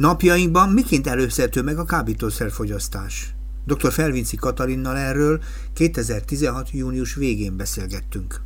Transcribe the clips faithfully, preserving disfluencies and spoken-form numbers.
Napjainkban miként előzhető meg a kábítószerfogyasztás? dr. Felvinci Katalinnal erről kétezer-tizenhat. június végén beszélgettünk.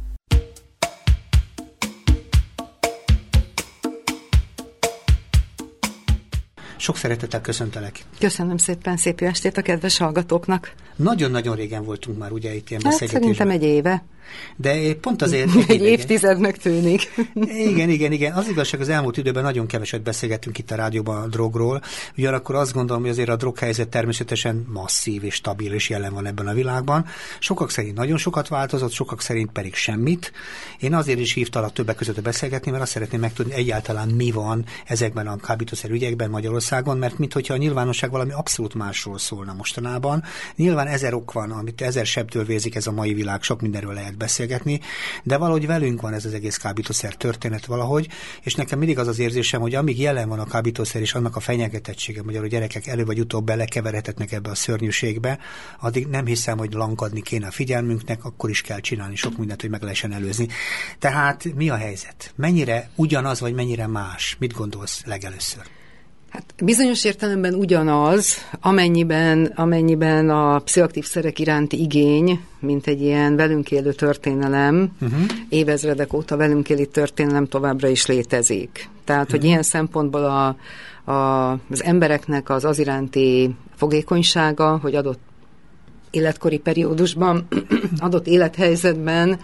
Sok szeretettel köszöntelek. Köszönöm szépen, szép jó estét a kedves hallgatóknak. Nagyon-nagyon régen voltunk már ugye itt ilyen hát beszélgetésben. Szerintem egy éve. De pont azért... Egy, egy évtizednek tűnik. Igen, igen, igen. Az igazság, az elmúlt időben nagyon keveset beszélgettünk itt a rádióban a drogról. Ugyanakkor azt gondolom, hogy azért a droghelyzet természetesen masszív és stabil és jelen van ebben a világban. Sokak szerint nagyon sokat változott, sokak szerint pedig semmit. Én azért is hívtalak többek között beszélgetni, mert azt szeretném megtudni, egyáltalán mi van ezekben a kábítószer ügyekben Magyarországon, mert minthogyha a nyilvánosság valami abszolút másról szólna mostanában. Nyilván ezer ok van, amit ezer sebtől vérzik ez a mai világ, sok mindenről lehet beszélgetni, de valahogy velünk van ez az egész kábítószer történet valahogy, és nekem mindig az az érzésem, hogy amíg jelen van a kábítószer és annak a fenyegetettsége, magyar a gyerekek előbb vagy utóbb belekeveredhetnek ebbe a szörnyűségbe, addig nem hiszem, hogy lankadni kéne a figyelmünknek, akkor is kell csinálni sok mindent, hogy meg lehessen előzni. Tehát mi a helyzet? Mennyire ugyanaz, vagy mennyire más? Mit gondolsz legelőször? Hát bizonyos értelemben ugyanaz, amennyiben, amennyiben a pszichoaktív szerek iránti igény, mint egy ilyen velünk élő történelem, uh-huh. évezredek óta velünk élő történelem továbbra is létezik. Tehát, uh-huh. hogy ilyen szempontból a, a, az embereknek az az iránti fogékonysága, hogy adott életkori periódusban, adott élethelyzetben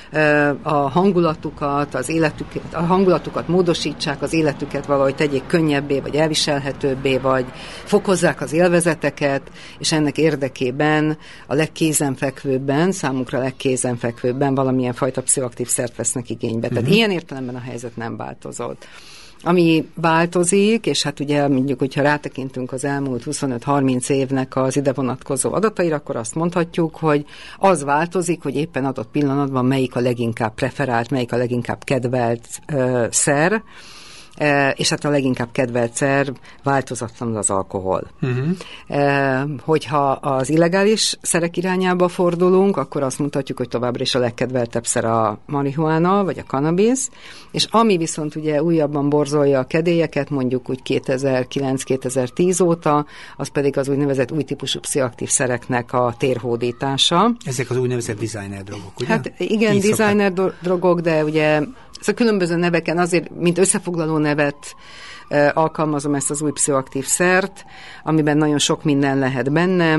a hangulatukat, az életüket, a hangulatukat módosítsák, az életüket valahogy tegyék könnyebbé, vagy elviselhetőbbé, vagy fokozzák az élvezeteket, és ennek érdekében a legkézenfekvőbben, számukra legkézenfekvőbben valamilyen fajta pszichoaktív szert vesznek igénybe. Tehát uh-huh. ilyen értelemben a helyzet nem változott. Ami változik, és hát ugye mondjuk, hogyha rátekintünk az elmúlt huszonöt-harminc évnek az ide vonatkozó adataira, akkor azt mondhatjuk, hogy az változik, hogy éppen adott pillanatban melyik a leginkább preferált, melyik a leginkább kedvelt ö, szer, és hát a leginkább kedvelt szer változatlanul az alkohol. Uh-huh. Hogyha az illegális szerek irányába fordulunk, akkor azt mutatjuk, hogy továbbra is a legkedveltebb szer a marihuána, vagy a kannabisz, és ami viszont ugye újabban borzolja a kedélyeket, mondjuk úgy kétezer-kilenc-kétezer-tíz óta, az pedig az úgynevezett új típusú pszichoaktív szereknek a térhódítása. Ezek az úgynevezett designer drogok, ugye? Hát igen, Így designer szokták. drogok, de ugye ez a különböző neveken azért, mint összefoglaló nevet e, alkalmazom ezt az új pszichoaktív szert, amiben nagyon sok minden lehet benne,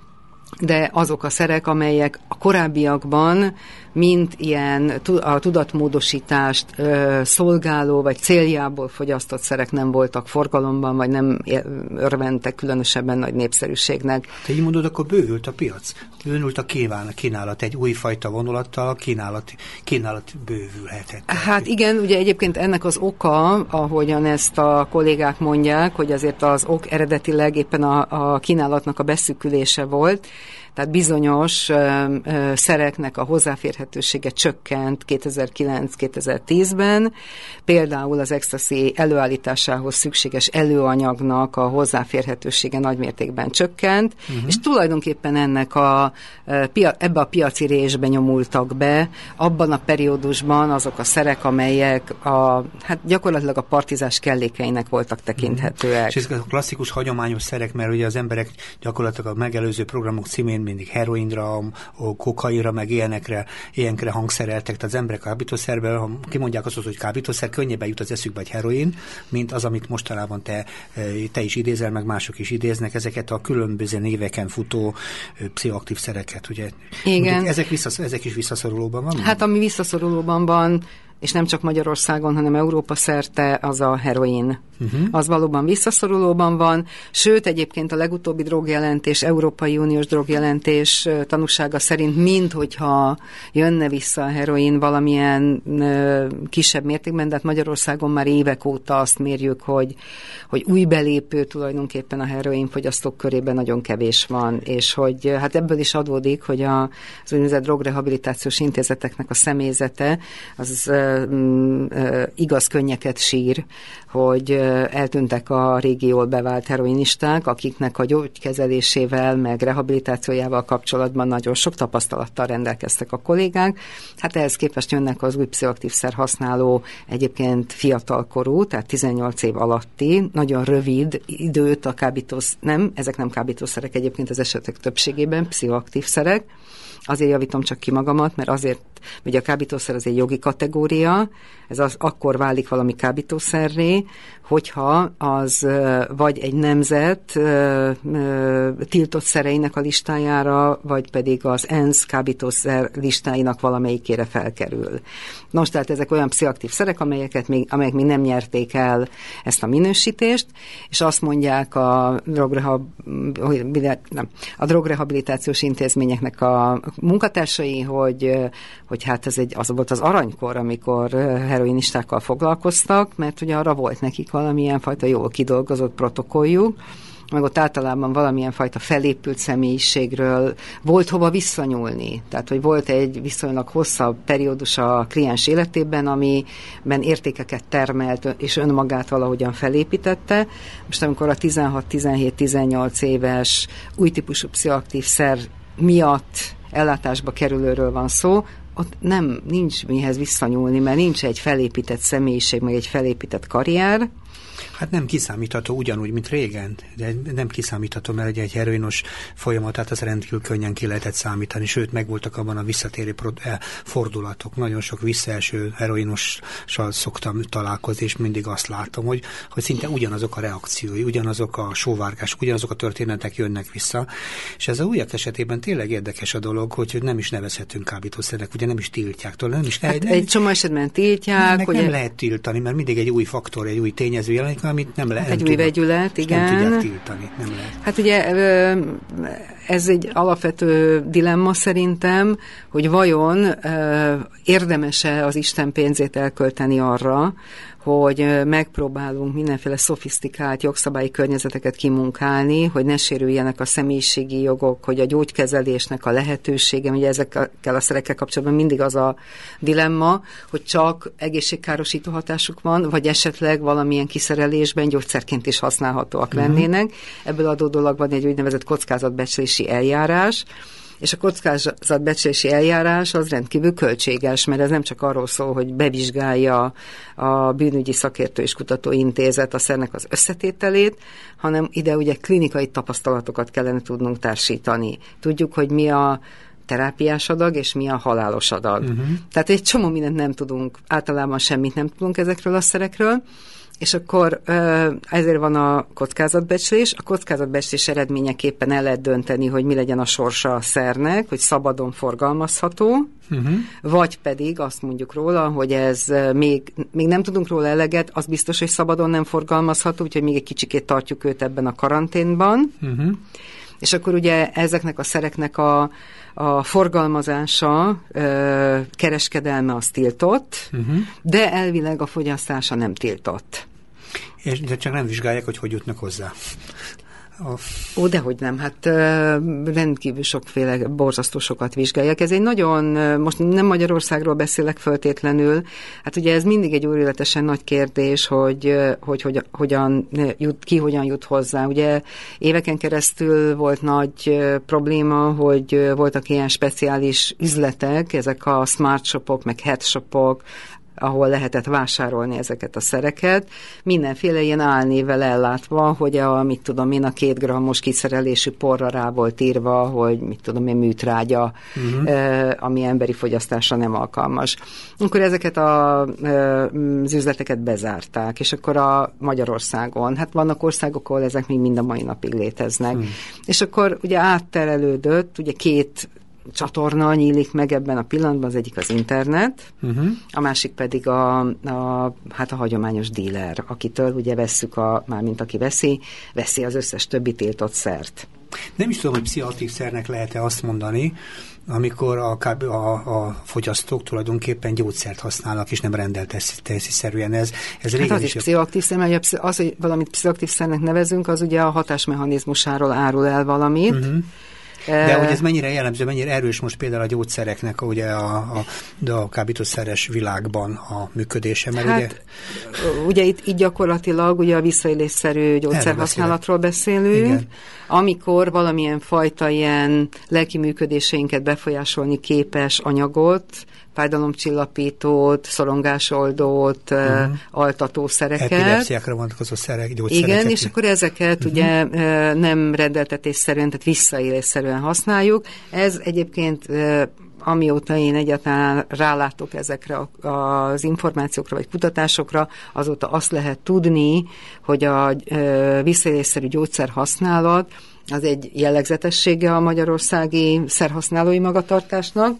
de azok a szerek, amelyek a korábbiakban mint ilyen a tudatmódosítást ö, szolgáló vagy céljából fogyasztott szerek nem voltak forgalomban, vagy nem örventek különösebben nagy népszerűségnek. Te így mondod, akkor bővült a piac. Bővült a kínálat, egy újfajta vonulattal a kínálat, kínálat bővülhetett. Hát igen, ugye egyébként ennek az oka, ahogyan ezt a kollégák mondják, hogy azért az ok eredetileg éppen a, a kínálatnak a beszűkülése volt, tehát bizonyos ö, ö, szereknek a hozzáférhetősége csökkent kétezer-kilenc-kétezer-tízben, például az ecstasy előállításához szükséges előanyagnak a hozzáférhetősége nagymértékben csökkent, uh-huh. és tulajdonképpen ennek a, ebbe a piaci résbe nyomultak be abban a periódusban azok a szerek, amelyek a, hát gyakorlatilag a partizás kellékeinek voltak tekinthetőek. Uh-huh. És ezek a klasszikus hagyományos szerek, mert ugye az emberek gyakorlatilag a megelőző programok címén mindig heroinra, kokainra, meg ilyenekre, ilyenkre hangszereltek, tehát az emberek kábítószerben, ha kimondják azt, hogy kábítószer, könnyebben jut az eszükbe egy heroin, mint az, amit mostanában te, te is idézel, meg mások is idéznek, ezeket a különböző néveken futó pszichoaktív szereket, ugye? Igen. Mondjuk, ezek, visszasz, ezek is visszaszorulóban van? Hát ami visszaszorulóban van, és nem csak Magyarországon, hanem Európa szerte, az a heroin. Uh-huh. Az valóban visszaszorulóban van, sőt egyébként a legutóbbi drogjelentés, Európai Uniós drogjelentés tanúsága szerint minthogyha jönne vissza a heroin valamilyen ö, kisebb mértékben, de hát Magyarországon már évek óta azt mérjük, hogy, hogy új belépő tulajdonképpen a heroinfogyasztók körében nagyon kevés van, és hogy hát ebből is adódik, hogy a, az úgynevezett drogrehabilitációs intézeteknek a személyzete az igaz könnyeket sír, hogy eltűntek a régi jól bevált heroinisták, akiknek a gyógykezelésével, meg rehabilitációjával kapcsolatban nagyon sok tapasztalattal rendelkeztek a kollégák. Hát ehhez képest jönnek az új pszichoaktív szer használó, egyébként fiatalkorú, tehát tizennyolc év alatti, nagyon rövid időt a kábítószer, nem, ezek nem kábítószerek egyébként az esetek többségében, pszichoaktív szerek. Azért javítom csak ki magamat, mert azért, ugye a kábítószer az egy jogi kategória, ez az, akkor válik valami kábítószerré, hogyha az vagy egy nemzet ö, ö, tiltott szereinek a listájára, vagy pedig az ENSZ kábítószer listáinak valamelyikére felkerül. Nos, tehát ezek olyan pszichoaktív szerek, amelyeket még, amelyek még nem nyerték el ezt a minősítést, és azt mondják a, drogrehab, nem, a drogrehabilitációs intézményeknek a munkatársai, hogy, hogy hát ez egy, az volt az aranykor, amikor heroinistákkal foglalkoztak, mert ugye arra volt nekik valamilyen fajta jól kidolgozott protokolljuk, meg ott általában valamilyen fajta felépült személyiségről volt hova visszanyúlni. Tehát, hogy volt egy viszonylag hosszabb periódus a kliens életében, amiben értékeket termelt, és önmagát valahogyan felépítette. Most amikor a tizenhat, tizenhét, tizennyolc éves új típusú pszichoaktív szer miatt ellátásba kerülőről van szó, ott nem, nincs mihez visszanyúlni, mert nincs egy felépített személyiség, meg egy felépített karrier. Hát nem kiszámítható ugyanúgy, mint régen, de nem kiszámítható, mert egy, egy heroinos folyamatát az rendkívül könnyen ki lehetett számítani, sőt, megvoltak abban a visszatérő fordulatok. Nagyon sok visszaeső heroinossal szoktam találkozni, és mindig azt látom, hogy, hogy szinte ugyanazok a reakciói, ugyanazok a sóvárgások, ugyanazok a történetek jönnek vissza, és ez a újak esetében tényleg érdekes a dolog, hogy nem is nevezhetünk kábítószernek, ugye nem is tiltják tőle, nem is. Hát nem, egy csomó esetben tiltják. Meg hogy nem lehet tiltani, mert mindig egy új faktor, egy új tényező jelenik, amit nem lehet. Hát egy új vegyület, igen. Nem tudják tiltani, nem lehet. Hát ugye ez egy alapvető dilemma szerintem, hogy vajon érdemes-e az Isten pénzét elkölteni arra, hogy megpróbálunk mindenféle szofisztikált jogszabályi környezeteket kimunkálni, hogy ne sérüljenek a személyiségi jogok, hogy a gyógykezelésnek a lehetősége, ugye ezekkel a szerekkel kapcsolatban mindig az a dilemma, hogy csak egészségkárosító hatásuk van, vagy esetleg valamilyen kiszerelésben gyógyszerként is használhatóak uh-huh. lennének. Ebből adódólag van egy úgynevezett kockázatbecslési eljárás, és a kockázatbecslési eljárás az rendkívül költséges, mert ez nem csak arról szól, hogy bevizsgálja a bűnügyi szakértő és kutatóintézet a szernek az összetételét, hanem ide ugye klinikai tapasztalatokat kellene tudnunk társítani. Tudjuk, hogy mi a terápiás adag, és mi a halálos adag. Uh-huh. Tehát egy csomó mindent nem tudunk, általában semmit nem tudunk ezekről a szerekről, és akkor ezért van a kockázatbecslés. A kockázatbecslés eredményeképpen el lehet dönteni, hogy mi legyen a sorsa a szernek, hogy szabadon forgalmazható, uh-huh. vagy pedig azt mondjuk róla, hogy ez még, még nem tudunk róla eleget, az biztos, hogy szabadon nem forgalmazható, úgyhogy még egy kicsikét tartjuk őt ebben a karanténban. Uh-huh. És akkor ugye ezeknek a szereknek a a forgalmazása, kereskedelme az tiltott, uh-huh. de elvileg a fogyasztása nem tiltott. És de csak nem vizsgálják, hogy hogy jutnak hozzá. A... Ó, dehogy nem, hát rendkívül sokféle, borzasztó sokat vizsgálják. Ez egy nagyon, most nem Magyarországról beszélek föltétlenül, hát ugye ez mindig egy őrületesen nagy kérdés, hogy, hogy, hogy hogyan jut, ki hogyan jut hozzá. Ugye éveken keresztül volt nagy probléma, hogy voltak ilyen speciális üzletek, ezek a smart shopok, meg head shopok, ahol lehetett vásárolni ezeket a szereket, mindenféle ilyen álnévvel ellátva, hogy a, mit tudom én, a két grammos kiszerelésű porra rá volt írva, hogy mit tudom én, műtrágya, uh-huh. eh, ami emberi fogyasztásra nem alkalmas. Akkor ezeket a, eh, az üzleteket bezárták, és akkor a Magyarországon, hát vannak országok, ahol ezek még mind a mai napig léteznek. Uh-huh. És akkor ugye átterelődött, ugye két csatorna nyílik meg ebben a pillanatban, az egyik az internet, uh-huh. a másik pedig a, a, hát a hagyományos díler, akitől ugye vesszük, a, mármint aki veszi, veszi az összes többi tiltott szert. Nem is tudom, hogy pszichoaktív szernek lehet-e azt mondani, amikor a, a, a fogyasztók tulajdonképpen gyógyszert használnak, és nem rendeltetésszerűen. Ez, ez hát az is pszichoaktív szer, mert az, hogy valamit pszichoaktív szernek nevezünk, az ugye a hatásmechanizmusáról árul el valamit, uh-huh. De hogy ez mennyire jellemző, mennyire erős most például a gyógyszereknek ugye a, a, a kábítószeres világban a működése, mert hát, ugye... ugye itt, itt gyakorlatilag ugye a visszaélésszerű gyógyszerhasználatról beszélünk, igen. Amikor valamilyen fajta ilyen lelki működéseinket befolyásolni képes anyagot, fájdalomcsillapítót, szorongásoldót, uh-huh. altatószereket. Epilepsziákra vonatkozó szerek, gyógyszereket. Igen, és akkor ezeket uh-huh. ugye nem rendeltetésszerűen, tehát visszaélésszerűen használjuk. Ez egyébként amióta én egyáltalán rálátok ezekre az információkra vagy kutatásokra, azóta azt lehet tudni, hogy a visszaélésszerű gyógyszer használat az egy jellegzetessége a magyarországi szerhasználói magatartásnak,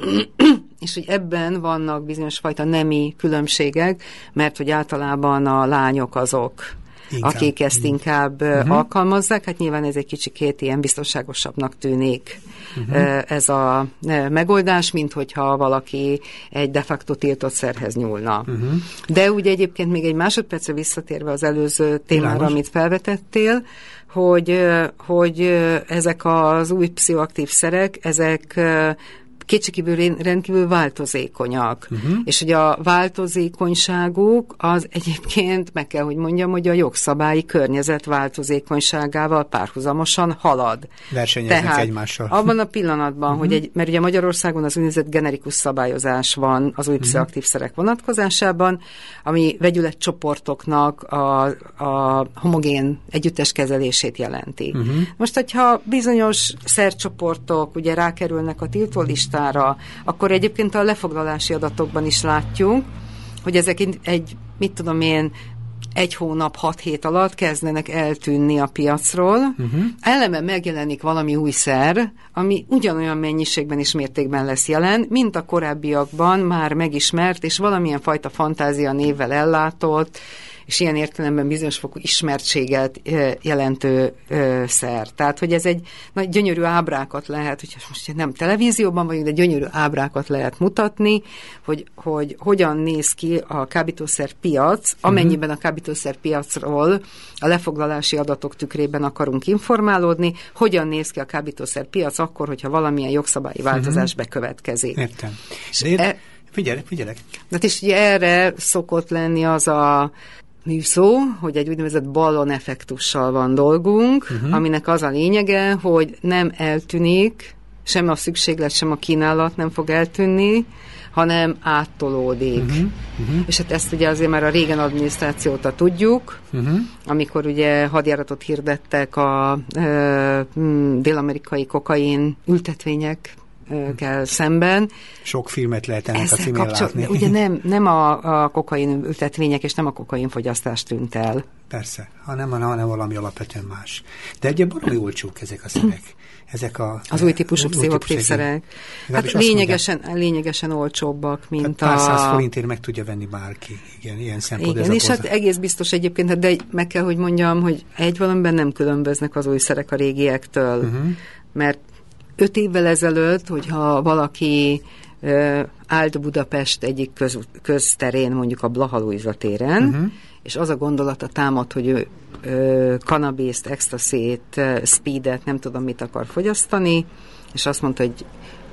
és hogy ebben vannak bizonyos fajta nemi különbségek, mert hogy általában a lányok azok, inkább. akik ezt inkább uh-huh. alkalmazzák, hát nyilván ez egy kicsikét ilyen biztonságosabbnak tűnik uh-huh. ez a megoldás, mint hogyha valaki egy de facto tiltott szerhez nyúlna. Uh-huh. De ugye egyébként még egy másodpercre visszatérve az előző témára, Bilágos. amit felvetettél, hogy, hogy ezek az új pszichoaktív szerek, ezek kétségkívül rendkívül változékonyak. Uh-huh. És hogy a változékonyságuk az egyébként, meg kell, hogy mondjam, hogy a jogszabályi környezet változékonyságával párhuzamosan halad. Versenyeznek Tehát egymással. abban a pillanatban, uh-huh. hogy egy, mert ugye Magyarországon az úgynevezett generikus szabályozás van az új uh-huh. pszichoaktív szerek vonatkozásában, ami vegyületcsoportoknak a, a homogén együttes kezelését jelenti. Uh-huh. Most, hogyha bizonyos szercsoportok ugye rákerülnek a tiltólistára, akkor egyébként a lefoglalási adatokban is látjuk, hogy ezek egy, mit tudom én, egy hónap, hat hét alatt kezdenek eltűnni a piacról. Uh-huh. Ellenben megjelenik valami új szer, ami ugyanolyan mennyiségben és mértékben lesz jelen, mint a korábbiakban már megismert, és valamilyen fajta fantázia névvel ellátott, és ilyen értelemben bizonyos fokú ismertséget jelentő szer. Tehát, hogy ez egy nagy gyönyörű ábrákat lehet, hogy most nem televízióban vagyunk, de gyönyörű ábrákat lehet mutatni, hogy, hogy hogyan néz ki a kábítószer piac, amennyiben a kábítószer piacról a lefoglalási adatok tükrében akarunk informálódni, hogyan néz ki a kábítószer piac akkor, hogyha valamilyen jogszabályi változás uh-huh. bekövetkezik. Értem. E, figyelek, figyelek. Hát és ugye erre szokott lenni az a műszó, hogy egy úgynevezett ballon-effektussal van dolgunk, uh-huh. aminek az a lényege, hogy nem eltűnik, sem a szükséglet, sem a kínálat nem fog eltűnni, hanem áttolódik. Uh-huh. Uh-huh. És hát ezt ugye azért már a régen adminisztrációta tudjuk, uh-huh. amikor ugye hadjáratot hirdettek a e, dél-amerikai kokain ültetvények kell szemben. Sok filmet lehet ennek a címén látni. Ugye nem, nem a, a kokain ültetvények és nem a kokainfogyasztás tűnt el. Persze, hanem, hanem valami alapvetően más. De egyébként baromi olcsók ezek a szerek. Ezek a, az új típusú pszichoaktív szerek. Hát lényegesen, lényegesen olcsóbbak, mint tehát a... pár száz forintért meg tudja venni bárki. Igen, ilyen szempontból. Igen, és hát egész biztos egyébként, de meg kell, hogy mondjam, hogy egy valamiben nem különböznek az új szerek a régiektől, uh-huh. mert öt évvel ezelőtt, hogyha valaki uh, állt Budapest egyik köz, közterén, mondjuk a Blaha Lujza téren, uh-huh. és az a gondolata támad, hogy ő uh, kanabiszt, extaszét, uh, speedet, nem tudom mit akar fogyasztani, és azt mondta, hogy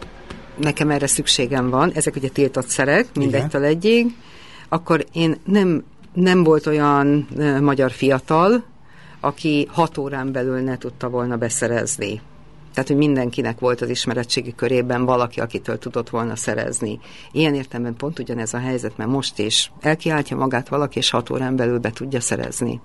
nekem erre szükségem van, ezek ugye tiltott szerek, mindegytől egyig, akkor én nem, nem volt olyan uh, magyar fiatal, aki hat órán belül ne tudta volna beszerezni. Tehát, hogy mindenkinek volt az ismeretségi körében valaki, akitől tudott volna szerezni. Ilyen értelemben pont ugyanez a helyzet, mert most is elkiáltja magát valaki, és hat órán belül be tudja szerezni.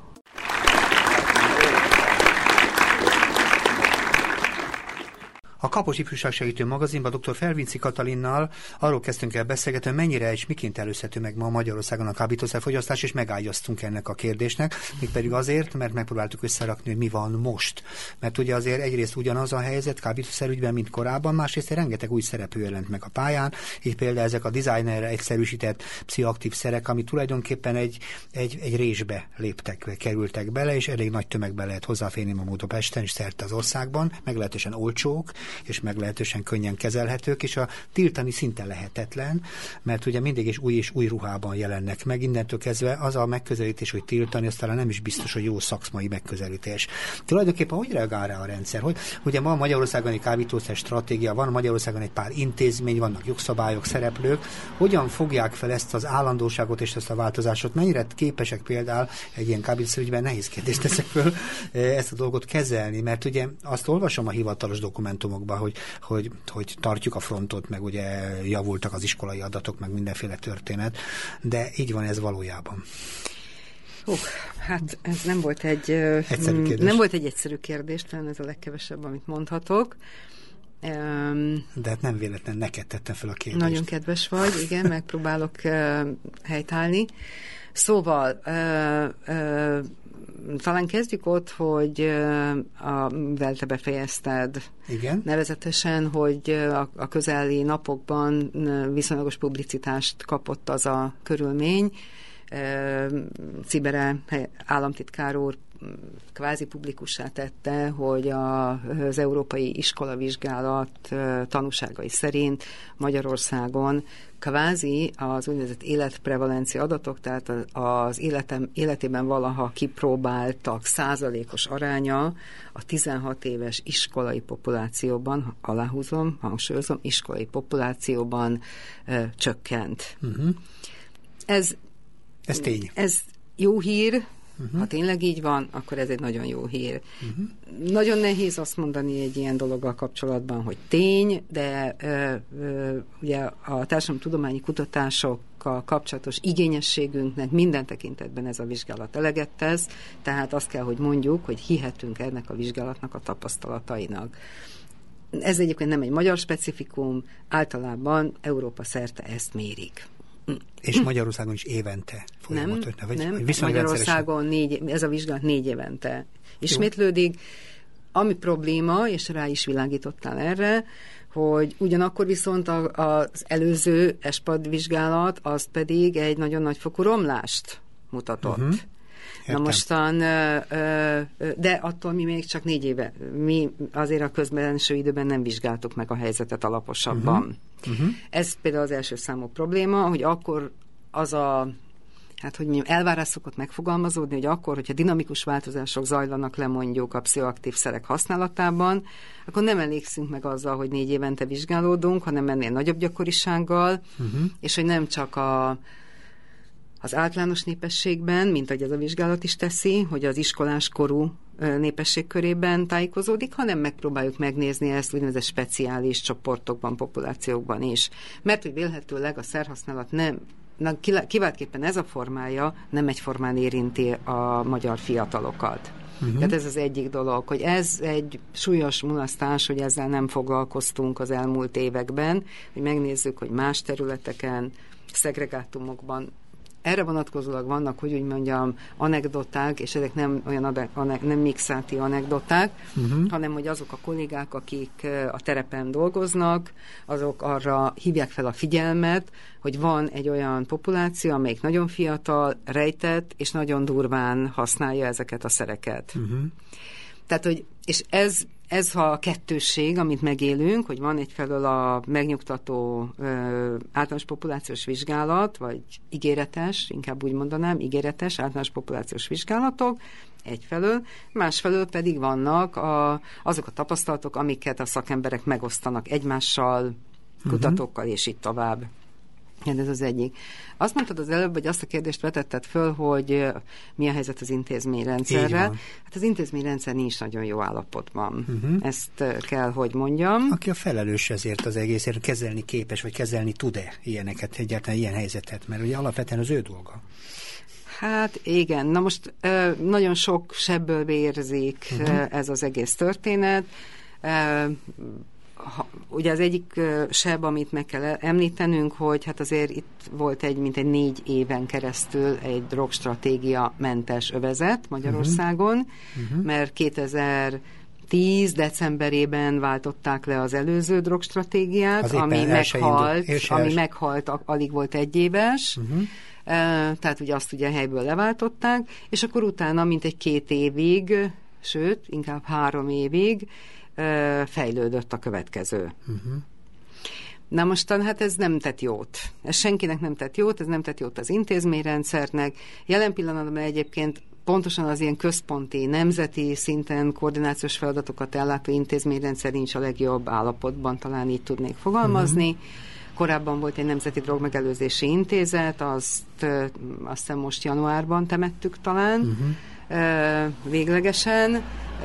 A Kapos Ifjúságsegítő magazinban dr. Felvinci Katalinnal arról kezdtünk el beszélgetni, mennyire és miként előzhető meg ma Magyarországon a kábítószerfogyasztás, és megágyaztunk ennek a kérdésnek, mégpedig azért, mert megpróbáltuk összerakni, hogy mi van most. Mert ugye azért egyrészt ugyanaz a helyzet kábítószerügyben, mint korábban, másrészt rengeteg új szereplő jelent meg a pályán, így például ezek a designerre egyszerűsített pszichoaktív szerek, ami tulajdonképpen egy, egy, egy résbe léptek, kerültek bele, és elég nagy tömegbe lehet hozzáférni ma Budapesten és szerte az országban, meglehetősen olcsók, és meglehetősen könnyen kezelhetők, és a tiltani szinte lehetetlen, mert ugye mindig is új és új ruhában jelennek meg, innentől kezdve az a megközelítés, hogy tiltani, aztán nem is biztos, hogy jó szakmai megközelítés. Tulajdonképpen hogy reagál rá a rendszer? Hogy ugye ma Magyarországon egy kábítószer stratégia van, Magyarországon egy pár intézmény, vannak jogszabályok, szereplők, hogyan fogják fel ezt az állandóságot és ezt a változásot? Mennyire képesek például egy ilyen kábítószerügyben, nehéz kérdést teszek föl, ezt a dolgot kezelni, mert ugye azt olvasom a hivatalos dokumentumokban, hogy, hogy, hogy tartjuk a frontot, meg ugye javultak az iskolai adatok, meg mindenféle történet, de így van ez valójában. Uh, hát ez nem volt egy egyszerű kérdés. Nem volt egy egyszerű kérdés, talán ez a legkevesebb, amit mondhatok. Um, De hát nem véletlen, neked tettem fel a kérdést. Nagyon kedves vagy, igen, megpróbálok uh, helytállni. Szóval uh, uh, talán kezdjük ott, hogy uh, a, mivel te befejezted. Igen. Nevezetesen, hogy a, a közeli napokban viszonylagos publicitást kapott az a körülmény. Cibere államtitkár úr kvázi publikussá tette, hogy a, az európai iskolavizsgálat tanúságai szerint Magyarországon kvázi az úgynevezett életprevalencia adatok, tehát az életem, életében valaha kipróbáltak százalékos aránya a tizenhat éves iskolai populációban, aláhúzom, hangsúlyozom, iskolai populációban ö, csökkent. Uh-huh. Ez Ez tény. Ez jó hír, uh-huh. Ha tényleg így van, akkor ez egy nagyon jó hír. Uh-huh. Nagyon nehéz azt mondani egy ilyen dologgal kapcsolatban, hogy tény, de ö, ö, ugye a társadalomtudományi kutatásokkal kapcsolatos igényességünknek minden tekintetben ez a vizsgálat eleget tesz, tehát azt kell, hogy mondjuk, hogy hihetünk ennek a vizsgálatnak a tapasztalatainak. Ez egyébként nem egy magyar specifikum, általában Európa szerte ezt mérik. És Magyarországon is évente folyamatos? Nem, vagy, nem. Vagy Magyarországon négy, ez a vizsgálat négy évente ismétlődik. Ami probléma, és rá is világítottál erre, hogy ugyanakkor viszont a, az előző ESPAD vizsgálat, az pedig egy nagyon nagyfokú romlást mutatott. Uh-huh. Na mostan, de attól mi még csak négy éve, mi azért a közbenső időben nem vizsgáltuk meg a helyzetet alaposabban. Uh-huh. Uh-huh. Ez például az első számú probléma, hogy akkor az a, hát hogy mondjam, elvárás szokott megfogalmazódni, hogy akkor, hogyha dinamikus változások zajlanak le mondjuk a pszichoaktív szerek használatában, akkor nem elégszünk meg azzal, hogy négy évente vizsgálódunk, hanem ennél nagyobb gyakorisággal, uh-huh. és hogy nem csak a az általános népességben, mint ahogy ez a vizsgálat is teszi, hogy az iskolás korú népesség körében tájékozódik, hanem megpróbáljuk megnézni ezt úgynevezett speciális csoportokban, populációkban is. Mert hogy vélhetőleg a szerhasználat nem, na, kiváltképpen ez a formája nem egyformán érinti a magyar fiatalokat. Uh-huh. Tehát ez az egyik dolog, hogy ez egy súlyos mulasztás, hogy ezzel nem foglalkoztunk az elmúlt években, hogy megnézzük, hogy más területeken, szegregátumokban erre vonatkozólag vannak, hogy úgy mondjam, anekdoták, és ezek nem olyan ade- ane- nem mixáti anekdoták, uh-huh. hanem hogy azok a kollégák, akik a terepen dolgoznak, azok arra hívják fel a figyelmet, hogy van egy olyan populáció, amelyik nagyon fiatal, rejtett, és nagyon durván használja ezeket a szereket. Uh-huh. Tehát, hogy, és ez, ez a kettősség, amit megélünk, hogy van egyfelől a megnyugtató ö, általános populációs vizsgálat, vagy ígéretes, inkább úgy mondanám, ígéretes általános populációs vizsgálatok, egyfelől, másfelől pedig vannak a, azok a tapasztalatok, amiket a szakemberek megosztanak egymással, kutatókkal, és így tovább. Ez az egyik. Azt mondtad az előbb, hogy azt a kérdést vetetted föl, hogy mi a helyzet az intézményrendszerrel. Hát az intézményrendszer nincs nagyon jó állapotban. Uh-huh. Ezt kell, hogy mondjam. Aki a felelős ezért az egészért, kezelni képes, vagy kezelni tud-e ilyeneket, egyáltalán ilyen helyzetet? Mert ugye alapvetően az ő dolga. Hát igen, na most nagyon sok sebből vérzik uh-huh. ez az egész történet. Ha, ugye az egyik uh, seb, amit meg kell említenünk, hogy hát azért itt volt egy, mint egy négy éven keresztül egy drogstratégia mentes övezet Magyarországon, uh-huh. mert kétezer-tíz decemberében váltották le az előző drogstratégiát, ami meghalt, ami meghalt, alig volt egy éves, uh-huh. uh, tehát ugye azt ugye helyből leváltották, és akkor utána mint egy két évig, sőt, inkább három évig fejlődött a következő. Uh-huh. Na mostan, hát ez nem tett jót. Ez senkinek nem tett jót, ez nem tett jót az intézményrendszernek. Jelen pillanatban egyébként pontosan az ilyen központi, nemzeti szinten koordinációs feladatokat ellátó intézményrendszer nincs a legjobb állapotban, talán így tudnék fogalmazni. Uh-huh. Korábban volt egy Nemzeti Drogmegelőzési Intézet, azt, azt hiszem most januárban temettük talán, uh-huh. véglegesen,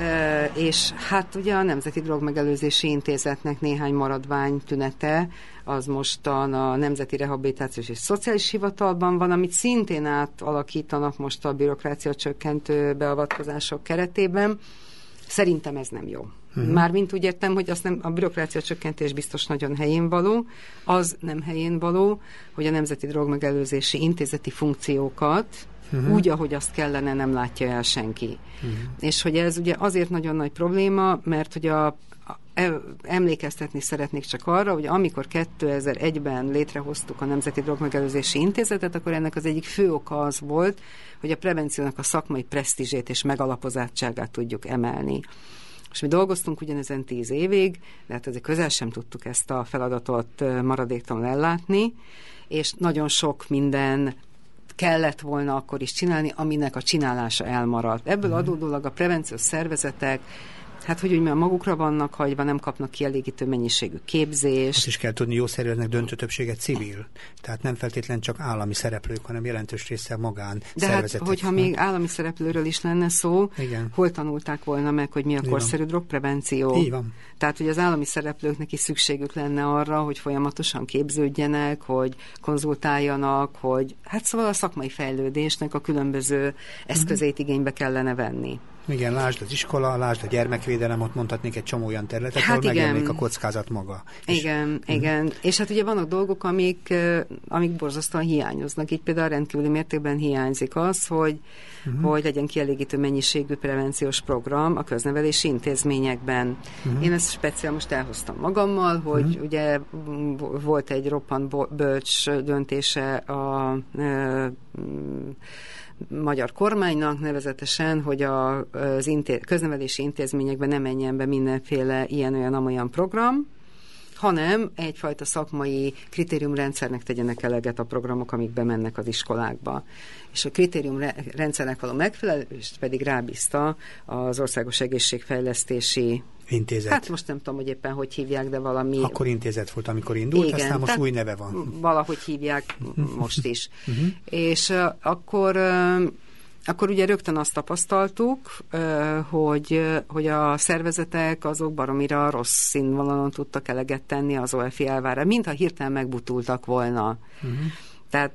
és hát ugye a Nemzeti Drogmegelőzési Intézetnek néhány maradvány tünete, az mostan a Nemzeti Rehabilitációs és Szociális Hivatalban van, amit szintén átalakítanak most a bürokrácia csökkentő beavatkozások keretében. Szerintem ez nem jó. Uh-huh. Mármint úgy értem, hogy azt nem, a bürokrácia csökkentés biztos nagyon helyén való, az nem helyén való, hogy a Nemzeti Drogmegelőzési Intézeti funkciókat uh-huh. úgy, ahogy azt kellene, nem látja el senki. Uh-huh. És hogy ez ugye azért nagyon nagy probléma, mert hogy a, a emlékeztetni szeretnék csak arra, hogy amikor kétezer-egyben létrehoztuk a Nemzeti Drogmegelőzési Intézetet, akkor ennek az egyik fő oka az volt, hogy a prevenciónak a szakmai presztízsét és megalapozottságát tudjuk emelni. És mi dolgoztunk ugyanezen tíz évig, de hát azért közel sem tudtuk ezt a feladatot maradéktalanul ellátni, és nagyon sok minden kellett volna akkor is csinálni, aminek a csinálása elmaradt. Ebből adódólag a prevenciós szervezetek, hát hogy úgy mondjam, magukra vannak hagyva, nem kapnak kielégítő mennyiségű képzést. Azt is kell tudni, jó szervezetnek döntő többsége civil. Tehát nem feltétlen csak állami szereplők, hanem jelentős része magán de szervezetek. Hát, hogyha még állami szereplőről is lenne szó, igen. hol tanulták volna meg, hogy mi a korszerű drogprevenció? Így van. Tehát, hogy az állami szereplőknek is szükségük lenne arra, hogy folyamatosan képződjenek, hogy konzultáljanak, hogy hát szóval a szakmai fejlődésnek a különböző eszközeit uh-huh. igénybe kellene venni. Igen, lásd az iskola, lásd a gyermekvédelem, ott mondhatnék egy csomó olyan területet, hát ahol megjelenik a kockázat maga. Igen, és, igen. Uh-huh. És hát ugye vannak dolgok, amik, amik borzasztóan hiányoznak. Így például rendkívüli mértékben hiányzik az, hogy, uh-huh. hogy legyen kielégítő mennyiségű prevenciós program a köznevelési intézményekben. Uh-huh. Én ezt speciál most elhoztam magammal, hogy uh-huh. ugye volt egy roppant bölcs döntése a e, magyar kormánynak, nevezetesen, hogy a, az inté- köznevelési intézményekben nem menjen be mindenféle ilyen-olyan-amolyan program, hanem egyfajta szakmai kritériumrendszernek tegyenek eleget a programok, amik bemennek az iskolákba. És a kritériumrendszernek való megfelelést pedig rábízta az Országos Egészségfejlesztési Intézet. Hát most nem tudom, hogy éppen hogy hívják, de valami... Akkor intézet volt, amikor indult, igen, aztán most új neve van. Valahogy hívják most is. Uh-huh. És uh, akkor... Uh, Akkor ugye rögtön azt tapasztaltuk, hogy, hogy a szervezetek azok baromira rossz színvonalon tudtak eleget tenni az o ef i elvára, mintha hirtelen megbutultak volna. Uh-huh. Tehát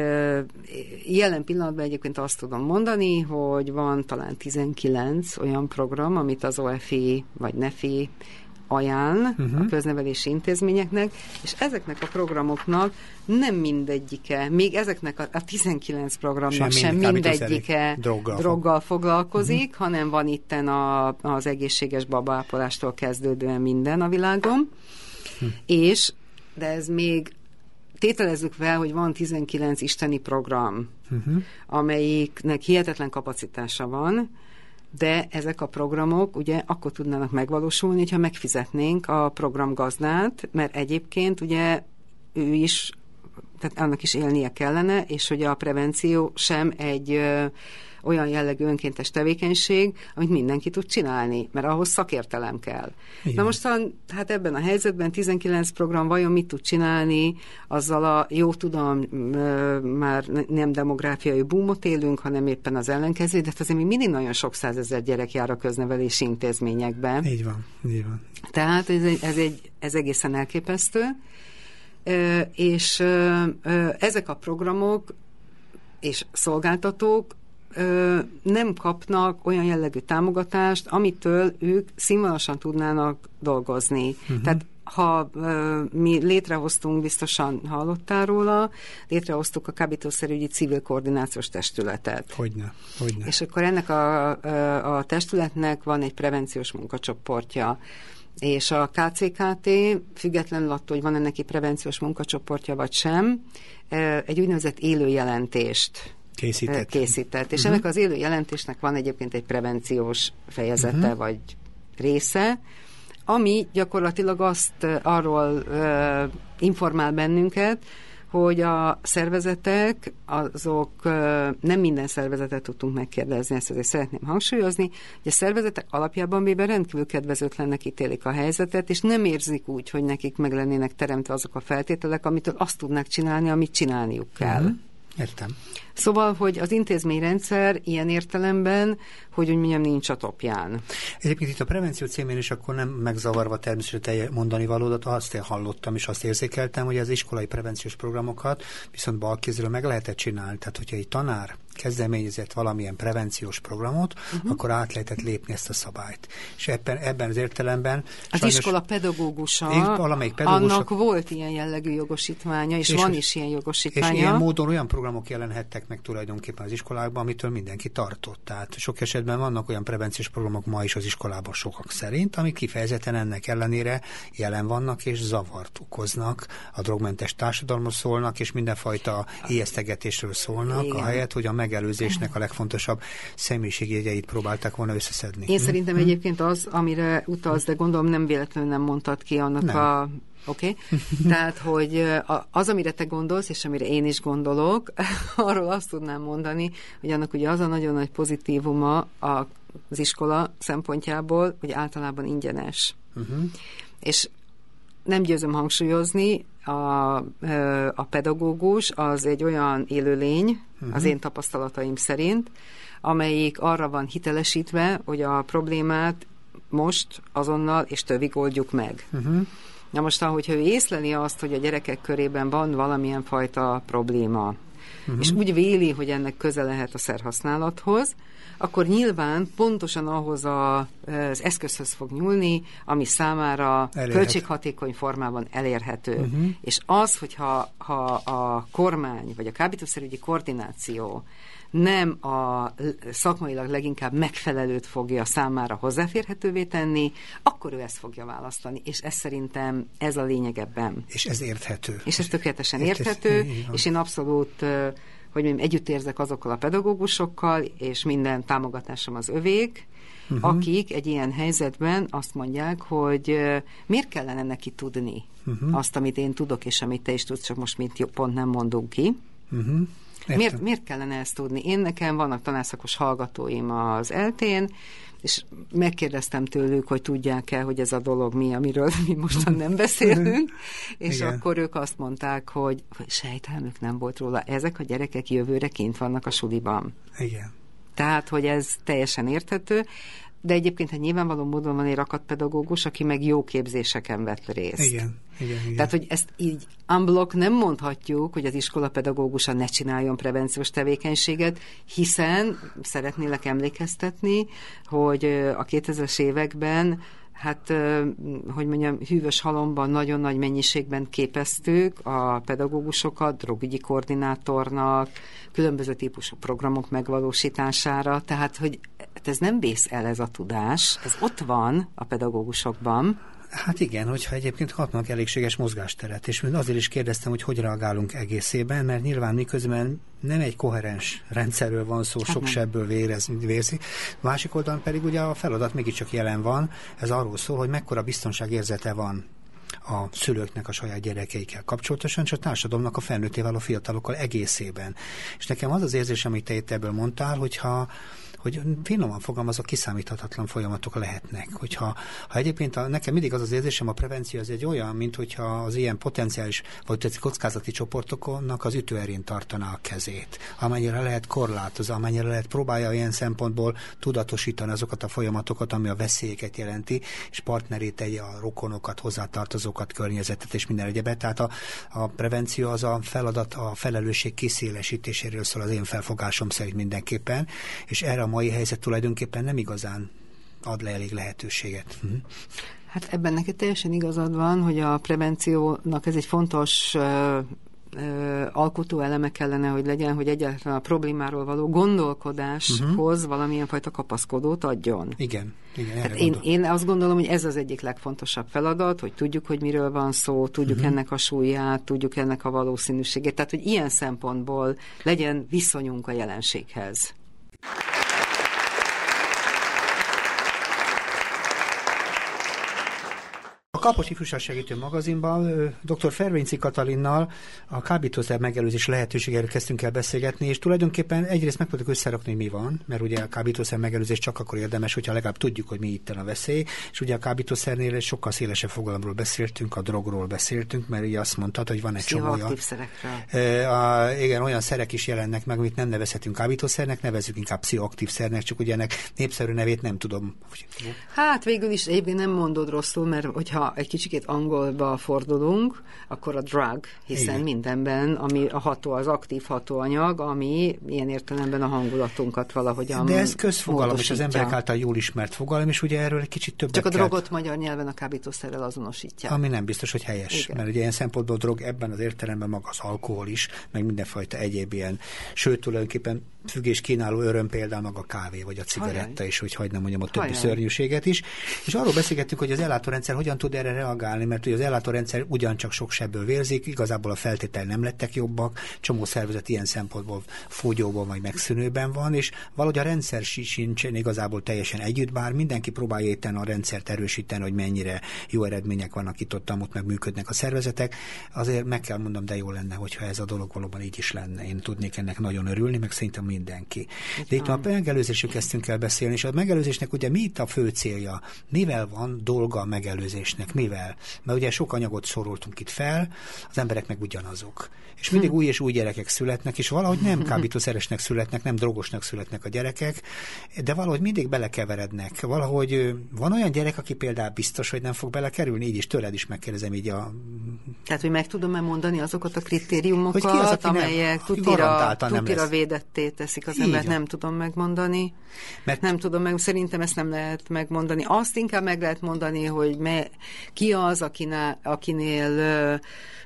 jelen pillanatban egyébként azt tudom mondani, hogy van talán tizenkilenc olyan program, amit az o ef i vagy nefi ajánl uh-huh. a köznevelési intézményeknek, és ezeknek a programoknak nem mindegyike, még ezeknek a, a tizenkilenc programnak sem, sem mindegyike droggal, droggal foglalkozik, uh-huh. hanem van itten a, az egészséges babaápolástól kezdődően minden a világon, uh-huh. és, de ez még tételezzük fel, hogy van tizenkilenc isteni program, uh-huh. amelyiknek hihetetlen kapacitása van, de ezek a programok ugye akkor tudnának megvalósulni, hogyha megfizetnénk a programgazdát, mert egyébként ugye ő is, tehát annak is élnie kellene, és hogy a prevenció sem egy ö, olyan jellegű önkéntes tevékenység, amit mindenki tud csinálni, mert ahhoz szakértelem kell. Igen. Na most hát ebben a helyzetben tizenkilenc program vajon mit tud csinálni, azzal a jó tudom, már nem demográfiai boomot élünk, hanem éppen az ellenkező, de hát azért még mindig nagyon sok százezer gyerek jár a köznevelési intézményekben. Így van, így van. Tehát ez, egy, ez, egy, ez egészen elképesztő, és ezek a programok és szolgáltatók Ö, nem kapnak olyan jellegű támogatást, amitől ők színvonalasan tudnának dolgozni. Uh-huh. Tehát ha ö, mi létrehoztunk, biztosan hallottál róla, létrehoztuk a kábítószerügyi civil koordinációs testületet. Hogyne, hogyne. És akkor ennek a, a, a testületnek van egy prevenciós munkacsoportja. És a ká cé ká té, függetlenül attól, hogy van-e neki prevenciós munkacsoportja vagy sem, egy úgynevezett élő jelentést készített. készített. És uh-huh. ennek az élő jelentésnek van egyébként egy prevenciós fejezete, uh-huh. vagy része, ami gyakorlatilag azt arról uh, informál bennünket, hogy a szervezetek, azok nem minden szervezetet tudtunk megkérdezni, ezt azért szeretném hangsúlyozni, hogy a szervezetek alapjában véve rendkívül kedvezőtlennek ítélik a helyzetet, és nem érzik úgy, hogy nekik meg lennének teremtve azok a feltételek, amitől azt tudnak csinálni, amit csinálniuk kell. Mm-hmm. Értem. Szóval, hogy az intézményrendszer ilyen értelemben, hogy úgy mondjam, nincs a topján. Egyébként itt a prevenció címén is akkor nem megzavarva természetesen mondani valódat, azt én hallottam és azt érzékeltem, hogy az iskolai prevenciós programokat viszont balkézről meg lehetett csinálni. Tehát, hogyha egy tanár kezdeményezett valamilyen prevenciós programot, uh-huh. akkor át lehetett lépni ezt a szabályt. És ebben, ebben az értelemben... Az sajnos, iskola pedagógusa, én, pedagógusa, annak volt ilyen jellegű jogosítványa, és, és van is ilyen jogosítványa. És ilyen módon olyan programok jelenhettek meg tulajdonképpen az iskolákban, amitől mindenki tartott. Tehát sok esetben vannak olyan prevenciós programok ma is az iskolában sokak szerint, amik kifejezetten ennek ellenére jelen vannak, és zavart okoznak, a drogmentes társadalomról szólnak, és mindenfajta ijesztegetésről szólnak, igen. ahelyett, hogy a megelőzésnek a legfontosabb személyiségjegyeit próbálták volna összeszedni. Én hm? szerintem hm? egyébként az, amire utalsz, de gondolom nem véletlenül nem mondtad ki annak nem. a... Oké? Okay? Tehát, hogy az, amire te gondolsz, és amire én is gondolok, arról azt tudnám mondani, hogy annak ugye az a nagyon nagy pozitívuma az iskola szempontjából, hogy általában ingyenes. Uh-huh. És nem győzöm hangsúlyozni, a, a pedagógus az egy olyan élőlény, uh-huh. az én tapasztalataim szerint, amelyik arra van hitelesítve, hogy a problémát most, azonnal és tövig oldjuk meg. Uh-huh. Na most, ahogyha ő észleli azt, hogy a gyerekek körében van valamilyen fajta probléma, uh-huh. és úgy véli, hogy ennek köze lehet a szerhasználathoz, akkor nyilván pontosan ahhoz a, az eszközhöz fog nyúlni, ami számára elérhet. Költséghatékony formában elérhető. Uh-huh. És az, hogyha ha a kormány, vagy a kábítószerügyi koordináció nem a szakmailag leginkább megfelelőt fogja számára hozzáférhetővé tenni, akkor ő ezt fogja választani. És ez szerintem ez a lényeg ebben. És ez érthető. És ez tökéletesen érthető, és én abszolút, hogy mondjam, együtt érzek azokkal a pedagógusokkal, és minden támogatásom az övék, uh-huh. akik egy ilyen helyzetben azt mondják, hogy miért kellene neki tudni uh-huh. azt, amit én tudok, és amit te is tudsz, csak most mint pont nem mondunk ki. Uh-huh. Miért, miért kellene ezt tudni? Én nekem vannak tanárszakos hallgatóim az eltén, és megkérdeztem tőlük, hogy tudják-e, hogy ez a dolog mi, amiről mi mostan nem beszélünk, és igen. akkor ők azt mondták, hogy, hogy sejtelmük nem volt róla. Ezek a gyerekek jövőre kint vannak a suliban. Igen. Tehát, hogy ez teljesen érthető, de egyébként hát nyilvánvaló módon van egy rakatpedagógus, aki meg jó képzéseken vett részt. Igen, igen, igen. Tehát, hogy ezt így unblock nem mondhatjuk, hogy az iskolapedagógusa ne csináljon prevenciós tevékenységet, hiszen szeretnélek emlékeztetni, hogy a kétezres években hát, hogy mondjam, hűvös halomban nagyon nagy mennyiségben képeztük a pedagógusokat, drogügyi koordinátornak, különböző típusú programok megvalósítására, tehát, hogy ez nem vész el ez a tudás, ez ott van a pedagógusokban. Hát igen, hogyha egyébként kapnak elégséges mozgásteret, és azért is kérdeztem, hogy hogy reagálunk egészében, mert nyilván miközben nem egy koherens rendszerről van szó, hát sok nem. sebből vérzi. Másik oldalon pedig ugye a feladat mégiscsak jelen van, ez arról szól, hogy mekkora biztonságérzete van a szülőknek a saját gyerekeikkel kapcsolatosan, és a társadalomnak a felnőtté váló fiatalokkal egészében. És nekem az az érzés, amit te itt ebből mondtál, hogyha hogy finoman fogalmazva kiszámíthatatlan folyamatok lehetnek. Hogyha, ha egyébként a, nekem mindig az az érzésem, a prevenció az egy olyan, mint hogyha az ilyen potenciális vagy kockázati csoportoknak az ütőerén tartaná a kezét. Amennyire lehet korlátozza, amennyire lehet próbálja ilyen szempontból tudatosítani azokat a folyamatokat, ami a veszélyeket jelenti, és partnerét tegye a rokonokat, hozzátartozókat, környezetet és minden egyebet. Tehát a, a prevenció az a feladat, a felelősség kiszélesítéséről szól az én felfogásom szerint mindenképpen, és erre a mai helyzet tulajdonképpen nem igazán ad le elég lehetőséget. Hm. Hát ebben neked teljesen igazad van, hogy a prevenciónak ez egy fontos ö, ö, alkotó eleme kellene, hogy legyen, hogy egyáltalán a problémáról való gondolkodáshoz uh-huh. valamilyen fajta kapaszkodót adjon. Igen. Igen, hát én, én azt gondolom, hogy ez az egyik legfontosabb feladat, hogy tudjuk, hogy miről van szó, tudjuk uh-huh. ennek a súlyát, tudjuk ennek a valószínűségét, tehát hogy ilyen szempontból legyen viszonyunk a jelenséghez. Kapocs Ifjúság Segítő Magazinban dr. Fervényci Katalinnal a kábítószer megelőzés lehetőségéről kezdtünk el beszélgetni, és tulajdonképpen egyrészt megpróbáltuk összerakni, hogy mi van, mert ugye a kábítószer megelőzés csak akkor érdemes, hogyha legalább tudjuk, hogy mi itten a veszély, és ugye a kábítószernél egy sokkal szélesebb fogalomról beszéltünk, a drogról beszéltünk, mert ugye azt mondtad, hogy van egy csomó olyan. A, igen, olyan szerek is jelennek meg, amit nem nevezhetünk kábítószernek, nevezzük inkább pszichoaktív szernek, csak ugye ennek népszerű nevét nem tudom. Hát végül is egyébként nem mondod rosszul, mert hogyha egy kicsikét angolba fordulunk, akkor a drug, hiszen igen. mindenben, ami a ható, az aktív hatóanyag, ami ilyen értelemben a hangulatunkat valahogyan De ez közfogalom, és az emberek által jól ismert fogalom, és ugye erről egy kicsit többet Csak a kell... drogot magyar nyelven a kábítószerrel azonosítja. Ami nem biztos, hogy helyes, igen. mert ugye ilyen szempontból drog ebben az értelemben maga az alkohol is, meg mindenfajta egyéb ilyen, sőt tulajdonképpen függés kínáló öröm például maga a kávé, vagy a cigaretta Hajaj. is, hogy hagynám mondjam a többi Hajaj. szörnyűséget is. És arról beszélgettünk, hogy az ellátórendszer hogyan tud erre reagálni, mert ugye az ellátórendszer ugyancsak sok sebből vérzik, igazából a feltétel nem lettek jobbak, csomó szervezet ilyen szempontból fogyóban vagy megszűnőben van, és valahogy a rendszer sincsen igazából teljesen együtt, bár mindenki próbálja itten a rendszert erősíteni, hogy mennyire jó eredmények vannak itt ott, ott meg működnek a szervezetek. Azért meg kell mondom, de jó lenne, hogyha ez a dolog valóban így is lenne. Én tudnék ennek nagyon örülni, meg szerintem mindenki. De itt a megelőzésről kezdtünk el beszélni, és a megelőzésnek ugye mi itt a fő célja? Mivel van dolga a megelőzésnek? Mivel? Mert ugye sok anyagot soroltunk itt fel, az emberek meg ugyanazok. És mindig hm. új és új gyerekek születnek, és valahogy nem kábítószeresnek születnek, nem drogosnak születnek a gyerekek, de valahogy mindig belekeverednek. Valahogy van olyan gyerek, aki például biztos, hogy nem fog belekerülni, így is tőled is megkérdezem így a... Tehát, hogy meg tudom-e mondani azokat a kritériumokat, hogy ki az, amelyek nem, tutira, tutira védetté teszik az embert, nem tudom megmondani. Mert nem tudom meg, szerintem ezt nem lehet megmondani. Azt inkább meg lehet mondani, hogy me, ki az, akinél, akinél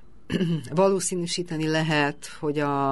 valószínűsíteni lehet, hogy a,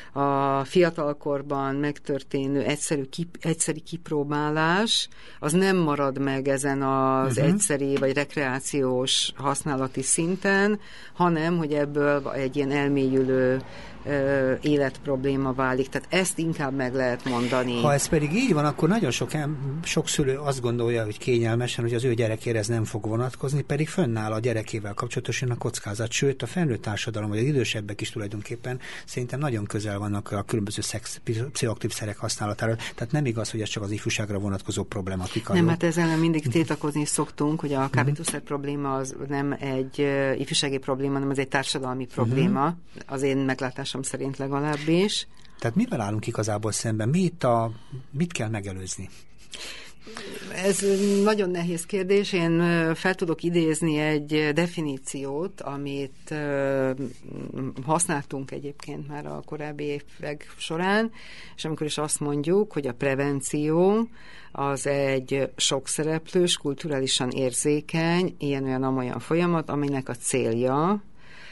a fiatalkorban megtörténő egyszerű, kip, egyszeri kipróbálás az nem marad meg ezen az uh-huh. egyszeri vagy rekreációs használati szinten, hanem, hogy ebből egy ilyen elmélyülő ö, életprobléma válik. Tehát ezt inkább meg lehet mondani. Ha ez pedig így van, akkor nagyon sok, sok szülő azt gondolja, hogy kényelmesen, hogy az ő gyerekére ez nem fog vonatkozni, pedig fönnáll a gyerekével kapcsolatosan a kockázat. Sőt, a felnőtt társadalom, vagy az idősebbek is tulajdonképpen szerintem nagyon közel vannak a különböző szex, pszichoaktív szerek használatára. Tehát nem igaz, hogy ez csak az ifjúságra vonatkozó problematika. Nem, hát ezzel mindig tiltakozni szoktunk, hogy a kábítószer uh-huh. probléma az nem egy uh, ifjúsági probléma, hanem az egy társadalmi probléma. Uh-huh. Az én meglátásom szerint legalábbis. Tehát mivel állunk igazából szemben? Mi itt a, mit kell megelőzni? Ez nagyon nehéz kérdés. Én fel tudok idézni egy definíciót, amit használtunk egyébként már a korábbi évek során, és amikor is azt mondjuk, hogy a prevenció az egy sokszereplős, kulturálisan érzékeny, ilyen-olyan-amolyan folyamat, aminek a célja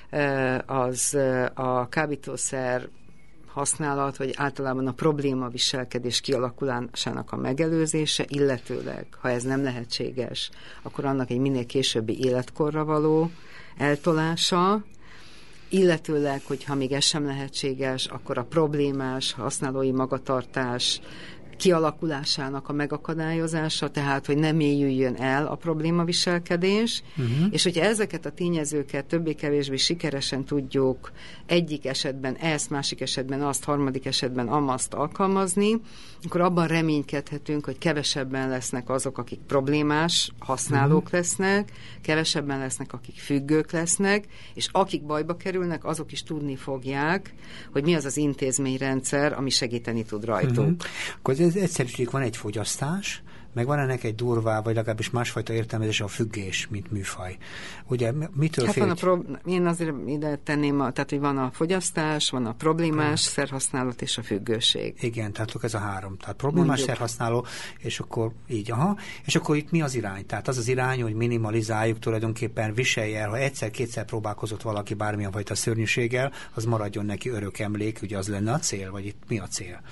az a kábítószer használat, vagy általában a probléma viselkedés kialakulásának a megelőzése, illetőleg, ha ez nem lehetséges, akkor annak egy minél későbbi életkorra való eltolása, illetőleg, hogyha még ez sem lehetséges, akkor a problémás használói magatartás kialakulásának a megakadályozása, tehát, hogy nem mélyüljön el a problémaviselkedés, uh-huh. és hogyha ezeket a tényezőket többé-kevésbé sikeresen tudjuk egyik esetben ezt, másik esetben azt, harmadik esetben amazt alkalmazni, akkor abban reménykedhetünk, hogy kevesebben lesznek azok, akik problémás használók uh-huh. lesznek, kevesebben lesznek, akik függők lesznek, és akik bajba kerülnek, azok is tudni fogják, hogy mi az az intézményrendszer, ami segíteni tud rajtuk. Uh-huh. Akkor ez egyszerűség, van egy fogyasztás, meg van ennek egy durvá, vagy legalábbis másfajta értelmezés, a függés, mint műfaj. Ugye mitől hát fél? Van a pro- én azért ide tenném, a, tehát, hogy van a fogyasztás, van a problémás hmm. szerhasználat és a függőség. Igen, tehát ez a három. Tehát problémás Mondjuk. szerhasználó, és akkor így, aha. És akkor itt mi az irány? Tehát az az irány, hogy minimalizáljuk, tulajdonképpen viselje el, ha egyszer-kétszer próbálkozott valaki bármilyen fajta szörnyűséggel, az maradjon neki örök emlék, ugye az lenne a cél, vagy itt mi a cél?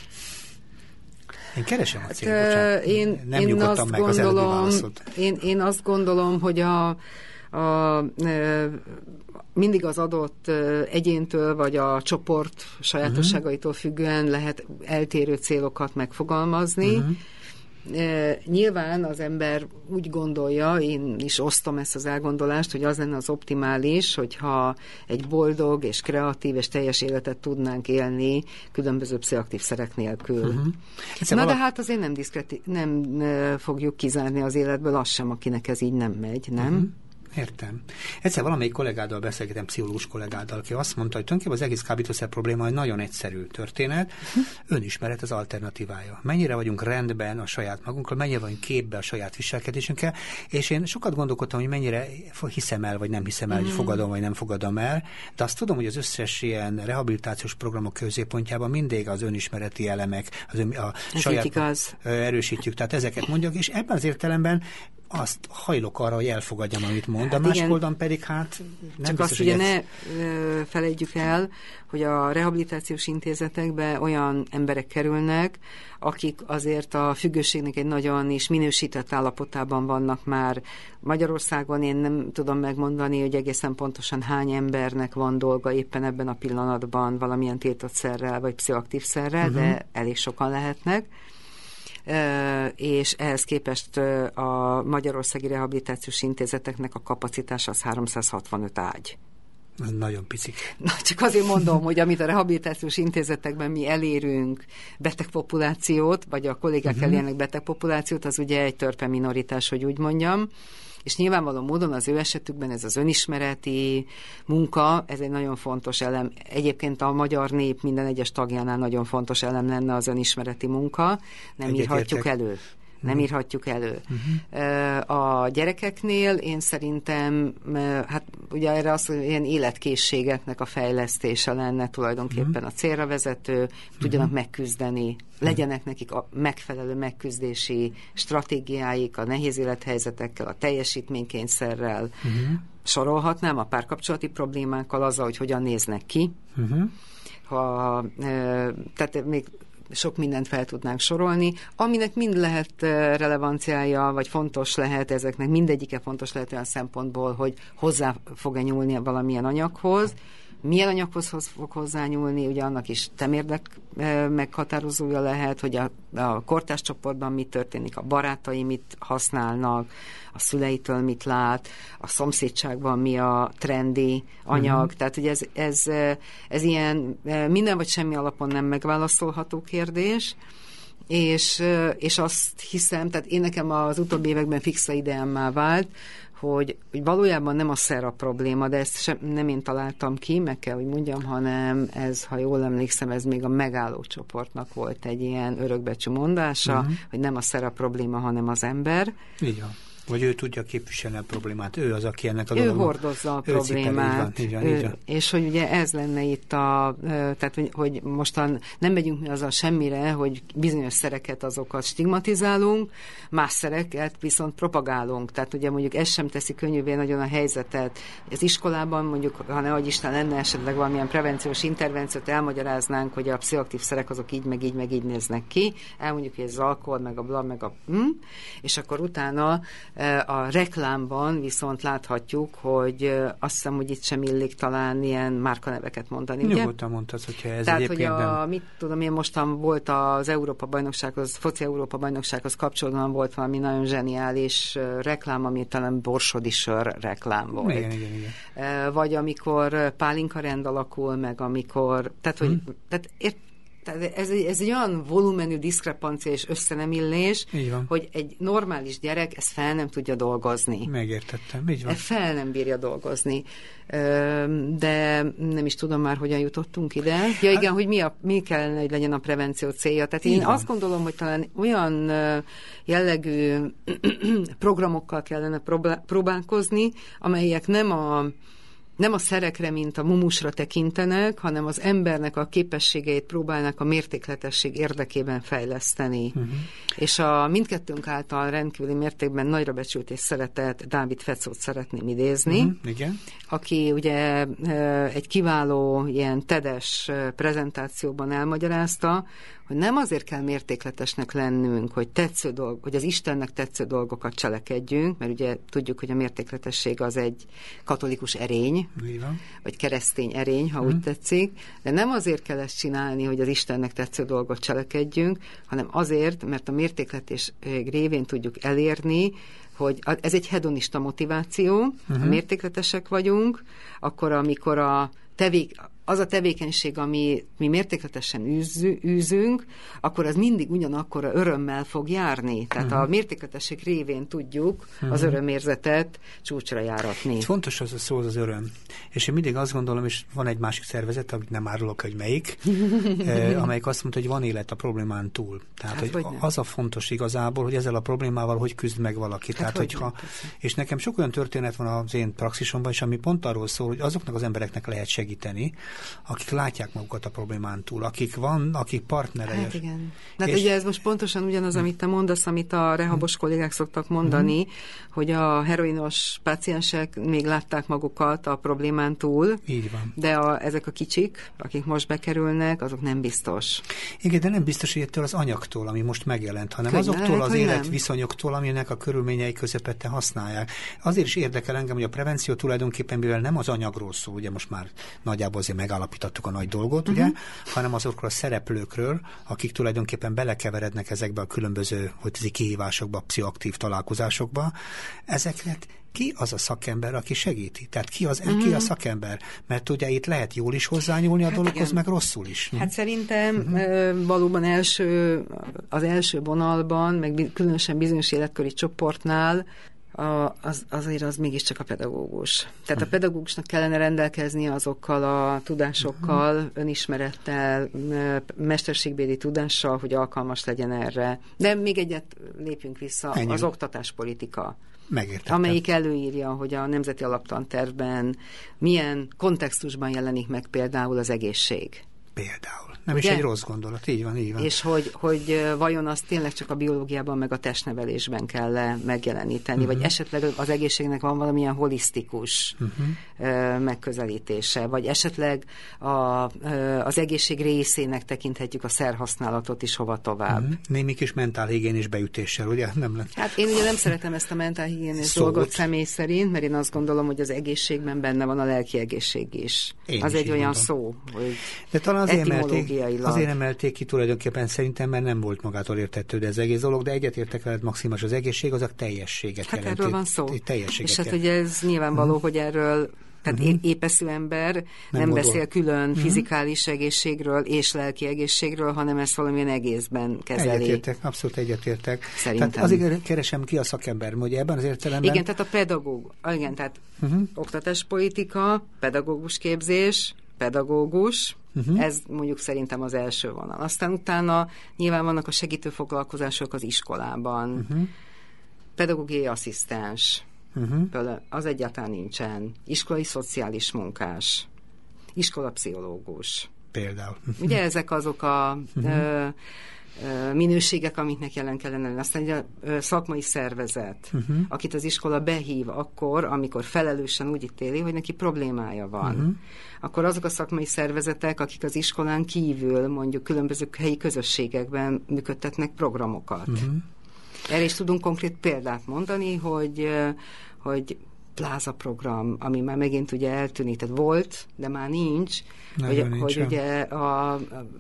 Én keresem a cél, bocsánat. Én, nem én nyugodtam meg az előbbi válaszot. Én, én azt gondolom, hogy a, a, mindig az adott egyéntől, vagy a csoport sajátosságaitól függően lehet eltérő célokat megfogalmazni. Uh-huh. E, nyilván az ember úgy gondolja, én is osztom ezt az elgondolást, hogy az lenne az optimális, hogyha egy boldog és kreatív és teljes életet tudnánk élni különböző pszichoaktív szerek nélkül. Uh-huh. Na valak... de hát azért nem, diszkreti- nem e, fogjuk kizárni az életből azt sem, akinek ez így nem megy, nem? Uh-huh. Értem. Egyszer valamelyik kollégáddal beszélgetem, pszichológus kollégáddal, aki azt mondta, hogy tulajdonképpen az egész kábítószer probléma egy nagyon egyszerű történet. Önismeret az alternatívája. Mennyire vagyunk rendben a saját magunkkal, mennyire vagyunk képbe a saját viselkedésünkkel, és én sokat gondolkodtam, hogy mennyire hiszem el, vagy nem hiszem el, mm. hogy fogadom, vagy nem fogadom el, de azt tudom, hogy az összes ilyen rehabilitációs programok középpontjában mindig az önismereti elemek, az ön, a ez saját igaz. erősítjük, tehát ezeket mondjuk, és ebben az értelemben azt hajlok arra, hogy elfogadjam, amit mond, de hát más oldalon pedig hát nem csak biztos, azt ugye ez... ne ö, felejtjük el, hogy a rehabilitációs intézetekbe olyan emberek kerülnek, akik azért a függőségnek egy nagyon is minősített állapotában vannak már. Magyarországon én nem tudom megmondani, hogy egészen pontosan hány embernek van dolga éppen ebben a pillanatban valamilyen tiltott szerrel vagy pszichoaktív szerrel, uh-huh. de elég sokan lehetnek. Uh, és ehhez képest uh, a magyarországi rehabilitációs intézeteknek a kapacitása az háromszázhatvanöt ágy. Ez nagyon picik. Na, csak azért mondom, hogy amit a rehabilitációs intézetekben mi elérünk betegpopulációt, vagy a kollégák uh-huh. elérnek betegpopulációt, az ugye egy törpe minoritás, hogy úgy mondjam. És nyilvánvaló módon az ő esetükben ez az önismereti munka, ez egy nagyon fontos elem. Egyébként a magyar nép minden egyes tagjánál nagyon fontos elem lenne az önismereti munka. Nem Egyet írhatjuk értek. elő. Nem uh-huh. írhatjuk elő. Uh-huh. A gyerekeknél én szerintem, hát ugye erre az, hogy ilyen életkészségeknek a fejlesztése lenne tulajdonképpen uh-huh. a célra vezető, tudjanak uh-huh. megküzdeni, legyenek nekik a megfelelő megküzdési stratégiáik a nehéz élethelyzetekkel, a teljesítménykényszerrel. Uh-huh. Sorolhatnám a párkapcsolati problémákkal, azzal, hogy hogyan néznek ki. Uh-huh. Ha, tehát még sok mindent fel tudnánk sorolni, aminek mind lehet relevanciája, vagy fontos lehet, ezeknek mindegyike fontos lehet olyan szempontból, hogy hozzá fog-e nyúlni valamilyen anyaghoz. Milyen anyaghoz fog hozzányúlni, ugye annak is temérdek meghatározója lehet, hogy a, a kortárs csoportban mit történik, a barátai mit használnak, a szüleitől mit lát, a szomszédságban mi a trendi anyag, uh-huh. tehát ugye ez, ez, ez ilyen minden vagy semmi alapon nem megválaszolható kérdés, és, és azt hiszem, tehát én nekem az utóbbi években fixa ideámmá vált, hogy, hogy valójában nem a szer a probléma, de ezt sem, nem én találtam ki, meg kell, hogy mondjam, hanem ez, ha jól emlékszem, ez még a megálló csoportnak volt egy ilyen örökbecsű mondása, uh-huh. hogy nem a szer a probléma, hanem az ember. Így van. Vagy ő tudja képviselni a problémát, ő az, aki ennek a ő dolognak... Ő hordozza a problémát. Így van, így van, így van. És hogy ugye ez lenne itt a... Tehát, hogy, hogy mostan nem megyünk mi azzal semmire, hogy bizonyos szereket azokat stigmatizálunk, más szereket viszont propagálunk. Tehát ugye mondjuk ez sem teszi könnyűvé nagyon a helyzetet. Az iskolában mondjuk, ha ne adj Isten lenne esetleg valamilyen prevenciós intervenciót, elmagyaráznánk, hogy a pszichoaktív szerek azok így, meg így, meg így néznek ki. Elmondjuk, hogy ez az alkohol, meg a bla, meg a... Hm? És akkor utána a reklámban viszont láthatjuk, hogy azt hiszem, hogy itt sem illik talán ilyen márkaneveket mondani, ugye? Nyugodtan mondtad, hogyha ez Tehát, egyébként hogy a, nem... mit tudom én, mostan volt az Európa-bajnoksághoz, foci Európa-bajnoksághoz kapcsolatban volt valami nagyon zseniális reklám, ami talán borsodi sör reklám volt. Igen, igen, igen. Vagy amikor pálinka rend alakul, meg amikor... Tehát, hogy... Hmm. Tehát, ért, Tehát ez, ez egy olyan volumenű diszkrepancia és összenemillés, hogy egy normális gyerek ezt fel nem tudja dolgozni. Megértettem, így van. Fel nem bírja dolgozni. De nem is tudom már, hogyan jutottunk ide. Ja igen, hát, hogy mi, a, mi kellene, hogy legyen a prevenció célja. Tehát én van. Azt gondolom, hogy talán olyan jellegű programokkal kellene próbálkozni, amelyek nem a nem a szerekre, mint a mumusra tekintenek, hanem az embernek a képességeit próbálnak a mértékletesség érdekében fejleszteni. Uh-huh. És a mindkettőnk által rendkívüli mértékben nagyra becsült és szeretett Dávid Fecót szeretném idézni, uh-huh. Igen. Aki ugye egy kiváló ilyen tedes prezentációban elmagyarázta, hogy nem azért kell mértékletesnek lennünk, hogy, tetsző dolg, hogy az Istennek tetsző dolgokat cselekedjünk, mert ugye tudjuk, hogy a mértékletesség az egy katolikus erény, erény, vagy keresztény erény, ha hmm. úgy tetszik, de nem azért kell ezt csinálni, hogy az Istennek tetsző dolgot cselekedjünk, hanem azért, mert a mértékletesség révén tudjuk elérni, hogy ez egy hedonista motiváció, uh-huh. mértékletesek vagyunk, akkor amikor a tevék, az a tevékenység, ami mi mértékletesen űző, űzünk, akkor az mindig ugyanakkor örömmel fog járni. Tehát uh-huh. a mértékletesség révén tudjuk uh-huh. az örömérzetet csúcsra járatni. Fontos az a szó, az, az öröm. És én mindig azt gondolom, és van egy másik szervezet, amit nem árulok, hogy melyik, eh, amelyik azt mondta, hogy van élet a problémán túl. Tehát, hát, hogy az a fontos igazából, hogy ezzel a problémával hogy küzd meg valaki. Hát, Tehát, hogy hogyha, és nekem sok olyan történet van az én praxisomban is, ami pont arról szól, hogy azoknak az embereknek lehet segíteni, akik látják magukat a problémán túl, akik van, akik partnerei. Hát igen. De és... ugye ez most pontosan ugyanaz, amit te mondasz, amit a rehabos kollégák szoktak mondani, mm. hogy a heroinos páciensek még látták magukat a problémán túl. Így van. De a, ezek a kicsik, akik most bekerülnek, azok nem biztos. Igen, de nem biztos, hogy ettől az anyagtól, ami most megjelent, hanem Könyve, azoktól az életviszonyoktól, aminek a körülményei közepette használják. Azért is érdekel engem, hogy a prevenció tulajdonképpen, mivel nem az anyagról szól, ugye most már nagyjából azért megállapítottuk a nagy dolgot, uh-huh. ugye, hanem azokról a szereplőkről, akik tulajdonképpen belekeverednek ezekbe a különböző, hogy ez kihívásokba, pszichoaktív találkozásokba. Ezeknek ki az a szakember, aki segíti? Tehát ki, az, uh-huh. ki a szakember? Mert ugye itt lehet jól is hozzányúlni a hát dologhoz, igen. meg rosszul is. Hát szerintem uh-huh. valóban első, az első vonalban, meg különösen bizonyos életkori csoportnál A, az, azért az mégiscsak a pedagógus. Tehát a pedagógusnak kellene rendelkezni azokkal a tudásokkal, uh-huh. önismerettel, mesterségbéli tudással, hogy alkalmas legyen erre. De még egyet lépjünk vissza, Ennyi. Az oktatáspolitika. Megértettem. Amelyik előírja, hogy a Nemzeti Alaptantervben milyen kontextusban jelenik meg például az egészség. Például. Nem Ugye? Is egy rossz gondolat. Így van, így van. És hogy, hogy vajon azt tényleg csak a biológiában meg a testnevelésben kell megjeleníteni, uh-huh. vagy esetleg az egészségnek van valamilyen holisztikus uh-huh. megközelítése, vagy esetleg a, az egészség részének tekinthetjük a szerhasználatot is hova tovább. Uh-huh. Némi kis mentálhigiénés beütéssel, ugye? Nem lett. Hát én ugye nem szeretem ezt a mentálhigiénés dolgot személy szerint, mert én azt gondolom, hogy az egészségben benne van a lelki egészség is. Én az is egy olyan mondom. Szó, hogy de talán azért emelték, azért emelték ki tulajdonképpen szerintem, mert nem volt magától értetődő ez egész dolog, de egyetértek veled, Maximus, az egészség az a teljességet hát jelenti. Erről van szó. És hát ugye ez nyilvánvaló, uh-huh. hogy erről tehát uh-huh. épeszű ember nem, nem beszél külön uh-huh. fizikális egészségről és lelki egészségről, hanem ezt valamilyen egészben kezeli. Egyetértek, abszolút egyetértek. Szerintem. Tehát azért keresem ki a szakember, hogy ebben az értelemben... Igen, tehát a pedagóg, igen, tehát uh-huh. oktatáspolitika, pedagógus képzés, pedagógus, uh-huh. ez mondjuk szerintem az első vonal. Aztán utána nyilván vannak a segítő foglalkozások az iskolában, uh-huh. pedagógiai asszisztens, uh-huh. az egyáltalán nincsen, iskolai szociális munkás, iskolapszichológus. Például. Ugye ezek azok a uh-huh. ö, ö, minőségek, amiknek jelen kellene lenni. Aztán ugye a szakmai szervezet, uh-huh. akit az iskola behív akkor, amikor felelősen úgy ítéli, hogy neki problémája van. Uh-huh. Akkor azok a szakmai szervezetek, akik az iskolán kívül mondjuk különböző helyi közösségekben működtetnek programokat. Uh-huh. Erre is tudunk konkrét példát mondani, hogy, hogy pláza program, ami már megint ugye eltűnik, tehát volt, de már nincs, hogy, hogy ugye a,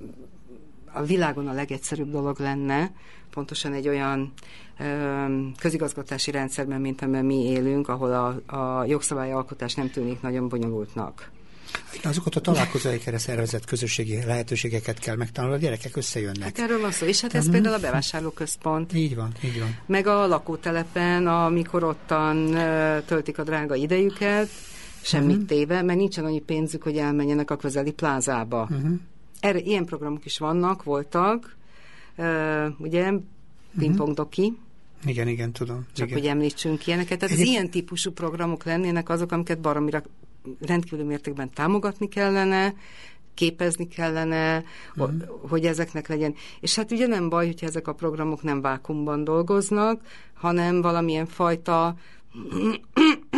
a világon a legegyszerűbb dolog lenne, pontosan egy olyan ö, közigazgatási rendszerben, mint amiben mi élünk, ahol a, a jogszabályalkotás nem tűnik nagyon bonyolultnak. Azokat a találkozóikre szervezett közösségi lehetőségeket kell megtalálni, a gyerekek összejönnek. Hát erről van szó, és hát ez uh-huh. például a bevásárlóközpont. Így van, így van. Meg a lakótelepen, amikor ottan uh, töltik a drága idejüket, semmit uh-huh. téve, mert nincsen annyi pénzük, hogy elmenjenek a közeli plázába. Uh-huh. Erre ilyen programok is vannak, voltak, uh, ugye, pingpong doki. Igen, igen, tudom. Csak igen. hogy említsünk ilyeneket. Tehát Egyéb... az ilyen típusú programok lennének azok, amiket baromira rendkívüli mértékben támogatni kellene, képezni kellene, mm. hogy ezeknek legyen. És hát ugye nem baj, hogyha ezek a programok nem vákuumban dolgoznak, hanem valamilyen fajta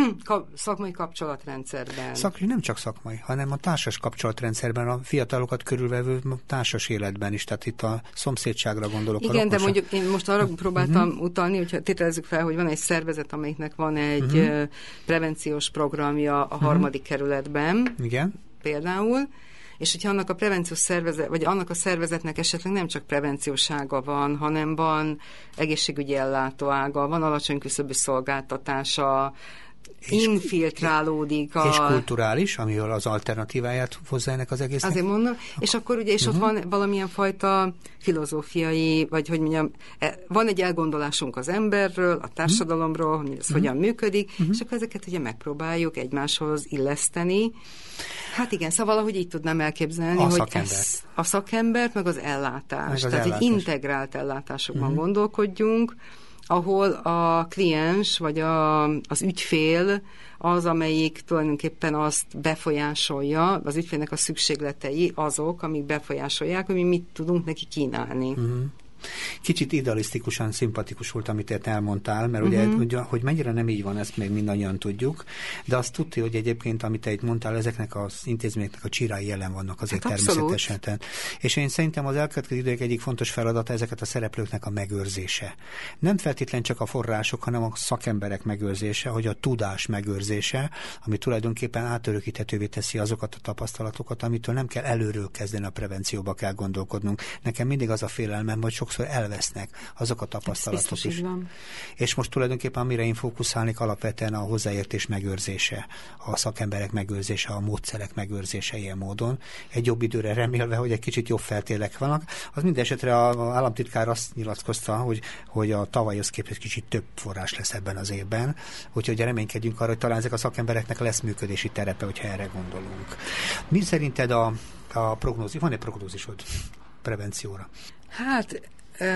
szakmai kapcsolatrendszerben. Szakmai, nem csak szakmai, hanem a társas kapcsolatrendszerben, a fiatalokat körülvevő társas életben is, tehát itt a szomszédságra gondolok. Igen, de mondjuk én most arra próbáltam uh-huh. utalni, hogyha tételezzük fel, hogy van egy szervezet, amelyiknek van egy uh-huh. prevenciós programja a harmadik uh-huh. kerületben. Igen. Például, és hogyha annak a prevenciós szervezet, vagy annak a szervezetnek esetleg nem csak prevenciósága van, hanem van egészségügyi ellátóága, van alacsony küszöbű szolgáltatása, és, infiltrálódik a... És kulturális, amivel az alternatíváját hozzá ennek az egésznek. Azért mondom, és akkor ugye, és uh-huh. ott van valamilyen fajta filozófiai, vagy hogy mondjam, van egy elgondolásunk az emberről, a társadalomról, hogy ez uh-huh. hogyan működik, uh-huh. és akkor ezeket ugye megpróbáljuk egymáshoz illeszteni. Hát igen, szóval valahogy így tudnám elképzelni, a hogy szakember. ez a szakembert, meg az ellátás. Meg az Tehát, ellátás. hogy integrált ellátásokban uh-huh. gondolkodjunk, ahol a kliens, vagy a, az ügyfél az, amelyik tulajdonképpen azt befolyásolja, az ügyfélnek a szükségletei azok, amik befolyásolják, hogy mi mit tudunk neki kínálni. Uh-huh. Kicsit idealisztikusan szimpatikus volt, amit te elmondtál, mert uh-huh. ugye, ugye, hogy mennyire nem így van, ezt még mindannyian tudjuk, de azt tudti, hogy egyébként, amit te itt mondtál, ezeknek az intézményeknek a csirái jelen vannak azért hát természetesen. Abszolút. És én szerintem az elkövetkező idők egyik fontos feladata ezeket a szereplőknek a megőrzése. Nem feltétlen csak a források, hanem a szakemberek megőrzése, hogy a tudás megőrzése, ami tulajdonképpen átörökíthetővé teszi azokat a tapasztalatokat, amitől nem kell előről kezdeni a prevencióba kell gondolkodnunk. Nekem mindig az a félelmem, hogy sokszor elvesznek azok a tapasztalatok is. És most tulajdonképpen amire én fókuszálnék alapvetően a hozzáértés megőrzése, a szakemberek megőrzése, a módszerek megőrzése ilyen módon. Egy jobb időre remélve, hogy egy kicsit jobb feltélek vannak. Az mindesetre az államtitkár azt nyilatkozta, hogy, hogy a tavalyhoz képest kicsit több forrás lesz ebben az évben. Úgyhogy reménykedjünk arra, hogy talán ezek a szakembereknek lesz működési terepe, hogyha erre gondolunk. Mi szerinted a, a prognózis? Van egy prognózisod prevencióra? Hát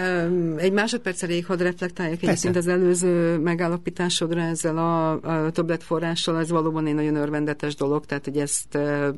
egy másodperc elég, hadd reflektáljak egyébként az előző megállapításodra ezzel a, a többletforrással, ez valóban egy nagyon örvendetes dolog, tehát hogy ezt,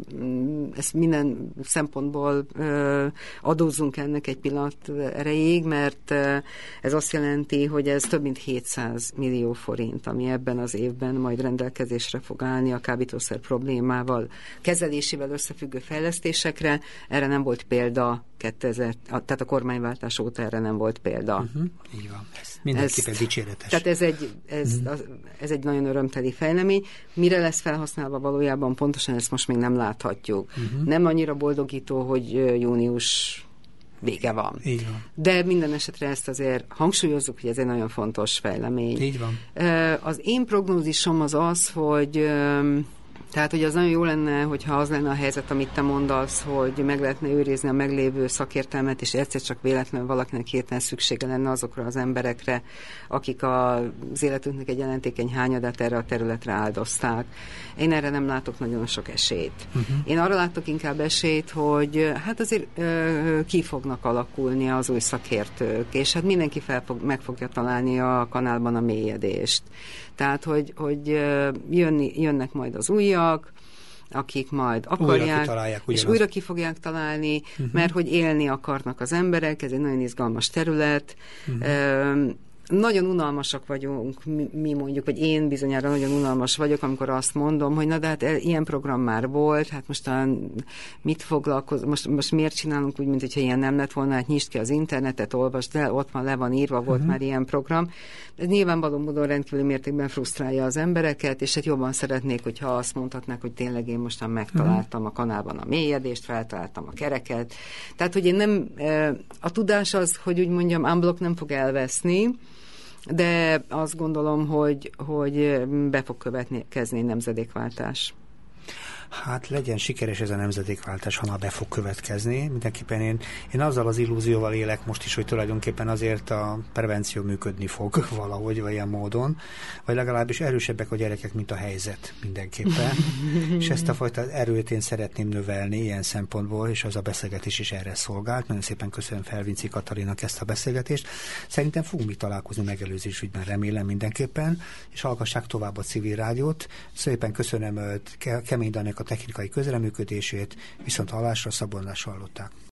ezt minden szempontból adózzunk ennek egy pillanat erejéig, mert ez azt jelenti, hogy ez több mint hétszáz millió forint, ami ebben az évben majd rendelkezésre fog állni a kábítószer problémával, kezelésével összefüggő fejlesztésekre. Erre nem volt példa kétezer, tehát a kormányváltás óta erre nem volt példa. Uh-huh. Így van. Ez mindenképpen dicséretes. Tehát ez egy, ez, uh-huh. az, ez egy nagyon örömteli fejlemény. Mire lesz felhasználva valójában, pontosan ezt most még nem láthatjuk. Uh-huh. Nem annyira boldogító, hogy június vége van. Így van. De minden esetre ezt azért hangsúlyozzuk, hogy ez egy nagyon fontos fejlemény. Így van. Az én prognózisom az az, hogy tehát, hogy az nagyon jó lenne, hogyha az lenne a helyzet, amit te mondasz, hogy meg lehetne őrizni a meglévő szakértelmet, és egyszer csak véletlenül valakinek hirtelen szüksége lenne azokra az emberekre, akik az életünknek egy jelentékeny hányadát erre a területre áldozták. Én erre nem látok nagyon sok esélyt. Uh-huh. Én arra látok inkább esélyt, hogy hát azért ö, ki fognak alakulni az új szakértők, és hát mindenki fel fog, meg fogja találni a kanálban a mélyedést. Tehát, hogy, hogy jönni, jönnek majd az újak, akik majd akarják, újra és újra ki fogják találni, uh-huh. mert hogy élni akarnak az emberek, ez egy nagyon izgalmas terület. Uh-huh. Nagyon unalmasak vagyunk, mi, mi mondjuk, vagy én bizonyára nagyon unalmas vagyok, amikor azt mondom, hogy na de hát ilyen program már volt, hát most a, mit foglalkoz, most, most miért csinálunk úgy, mint hogyha ilyen nem lett volna, hát nyisd ki az internetet, olvasd el, ott van, le van írva, volt uh-huh. már ilyen program. Ez nyilvánvaló módon rendkívüli mértékben frusztrálja az embereket, és hát jobban szeretnék, hogyha azt mondhatnák, hogy tényleg én mostan megtaláltam uh-huh. a kanálban a mélyedést, feltaláltam a kereket. Tehát, hogy én nem, a tudás az, hogy úgy mondjam, unblock nem fog elveszni, de azt gondolom, hogy, hogy be fog következni nemzedékváltás. Hát legyen sikeres ez a nemzedékváltás, ha már be fog következni. Mindenképpen én, én azzal az illúzióval élek most is, hogy tulajdonképpen azért a prevenció működni fog valahogy, vagy ilyen módon, vagy legalábbis erősebbek a gyerekek, mint a helyzet mindenképpen. És ezt a fajta erőt én szeretném növelni ilyen szempontból, és az a beszélgetés is erre szolgált. Nagyon szépen köszönöm Felvinci Katalinak ezt a beszélgetést. Szerintem fogunk mi találkozni megelőzés ügyben, remélem mindenképpen, és hallgassák tovább a Civil Rádiót. Szépen köszönöm Kemény Dánielnek a technikai közreműködését, viszont hallásra Szabolnás hallották.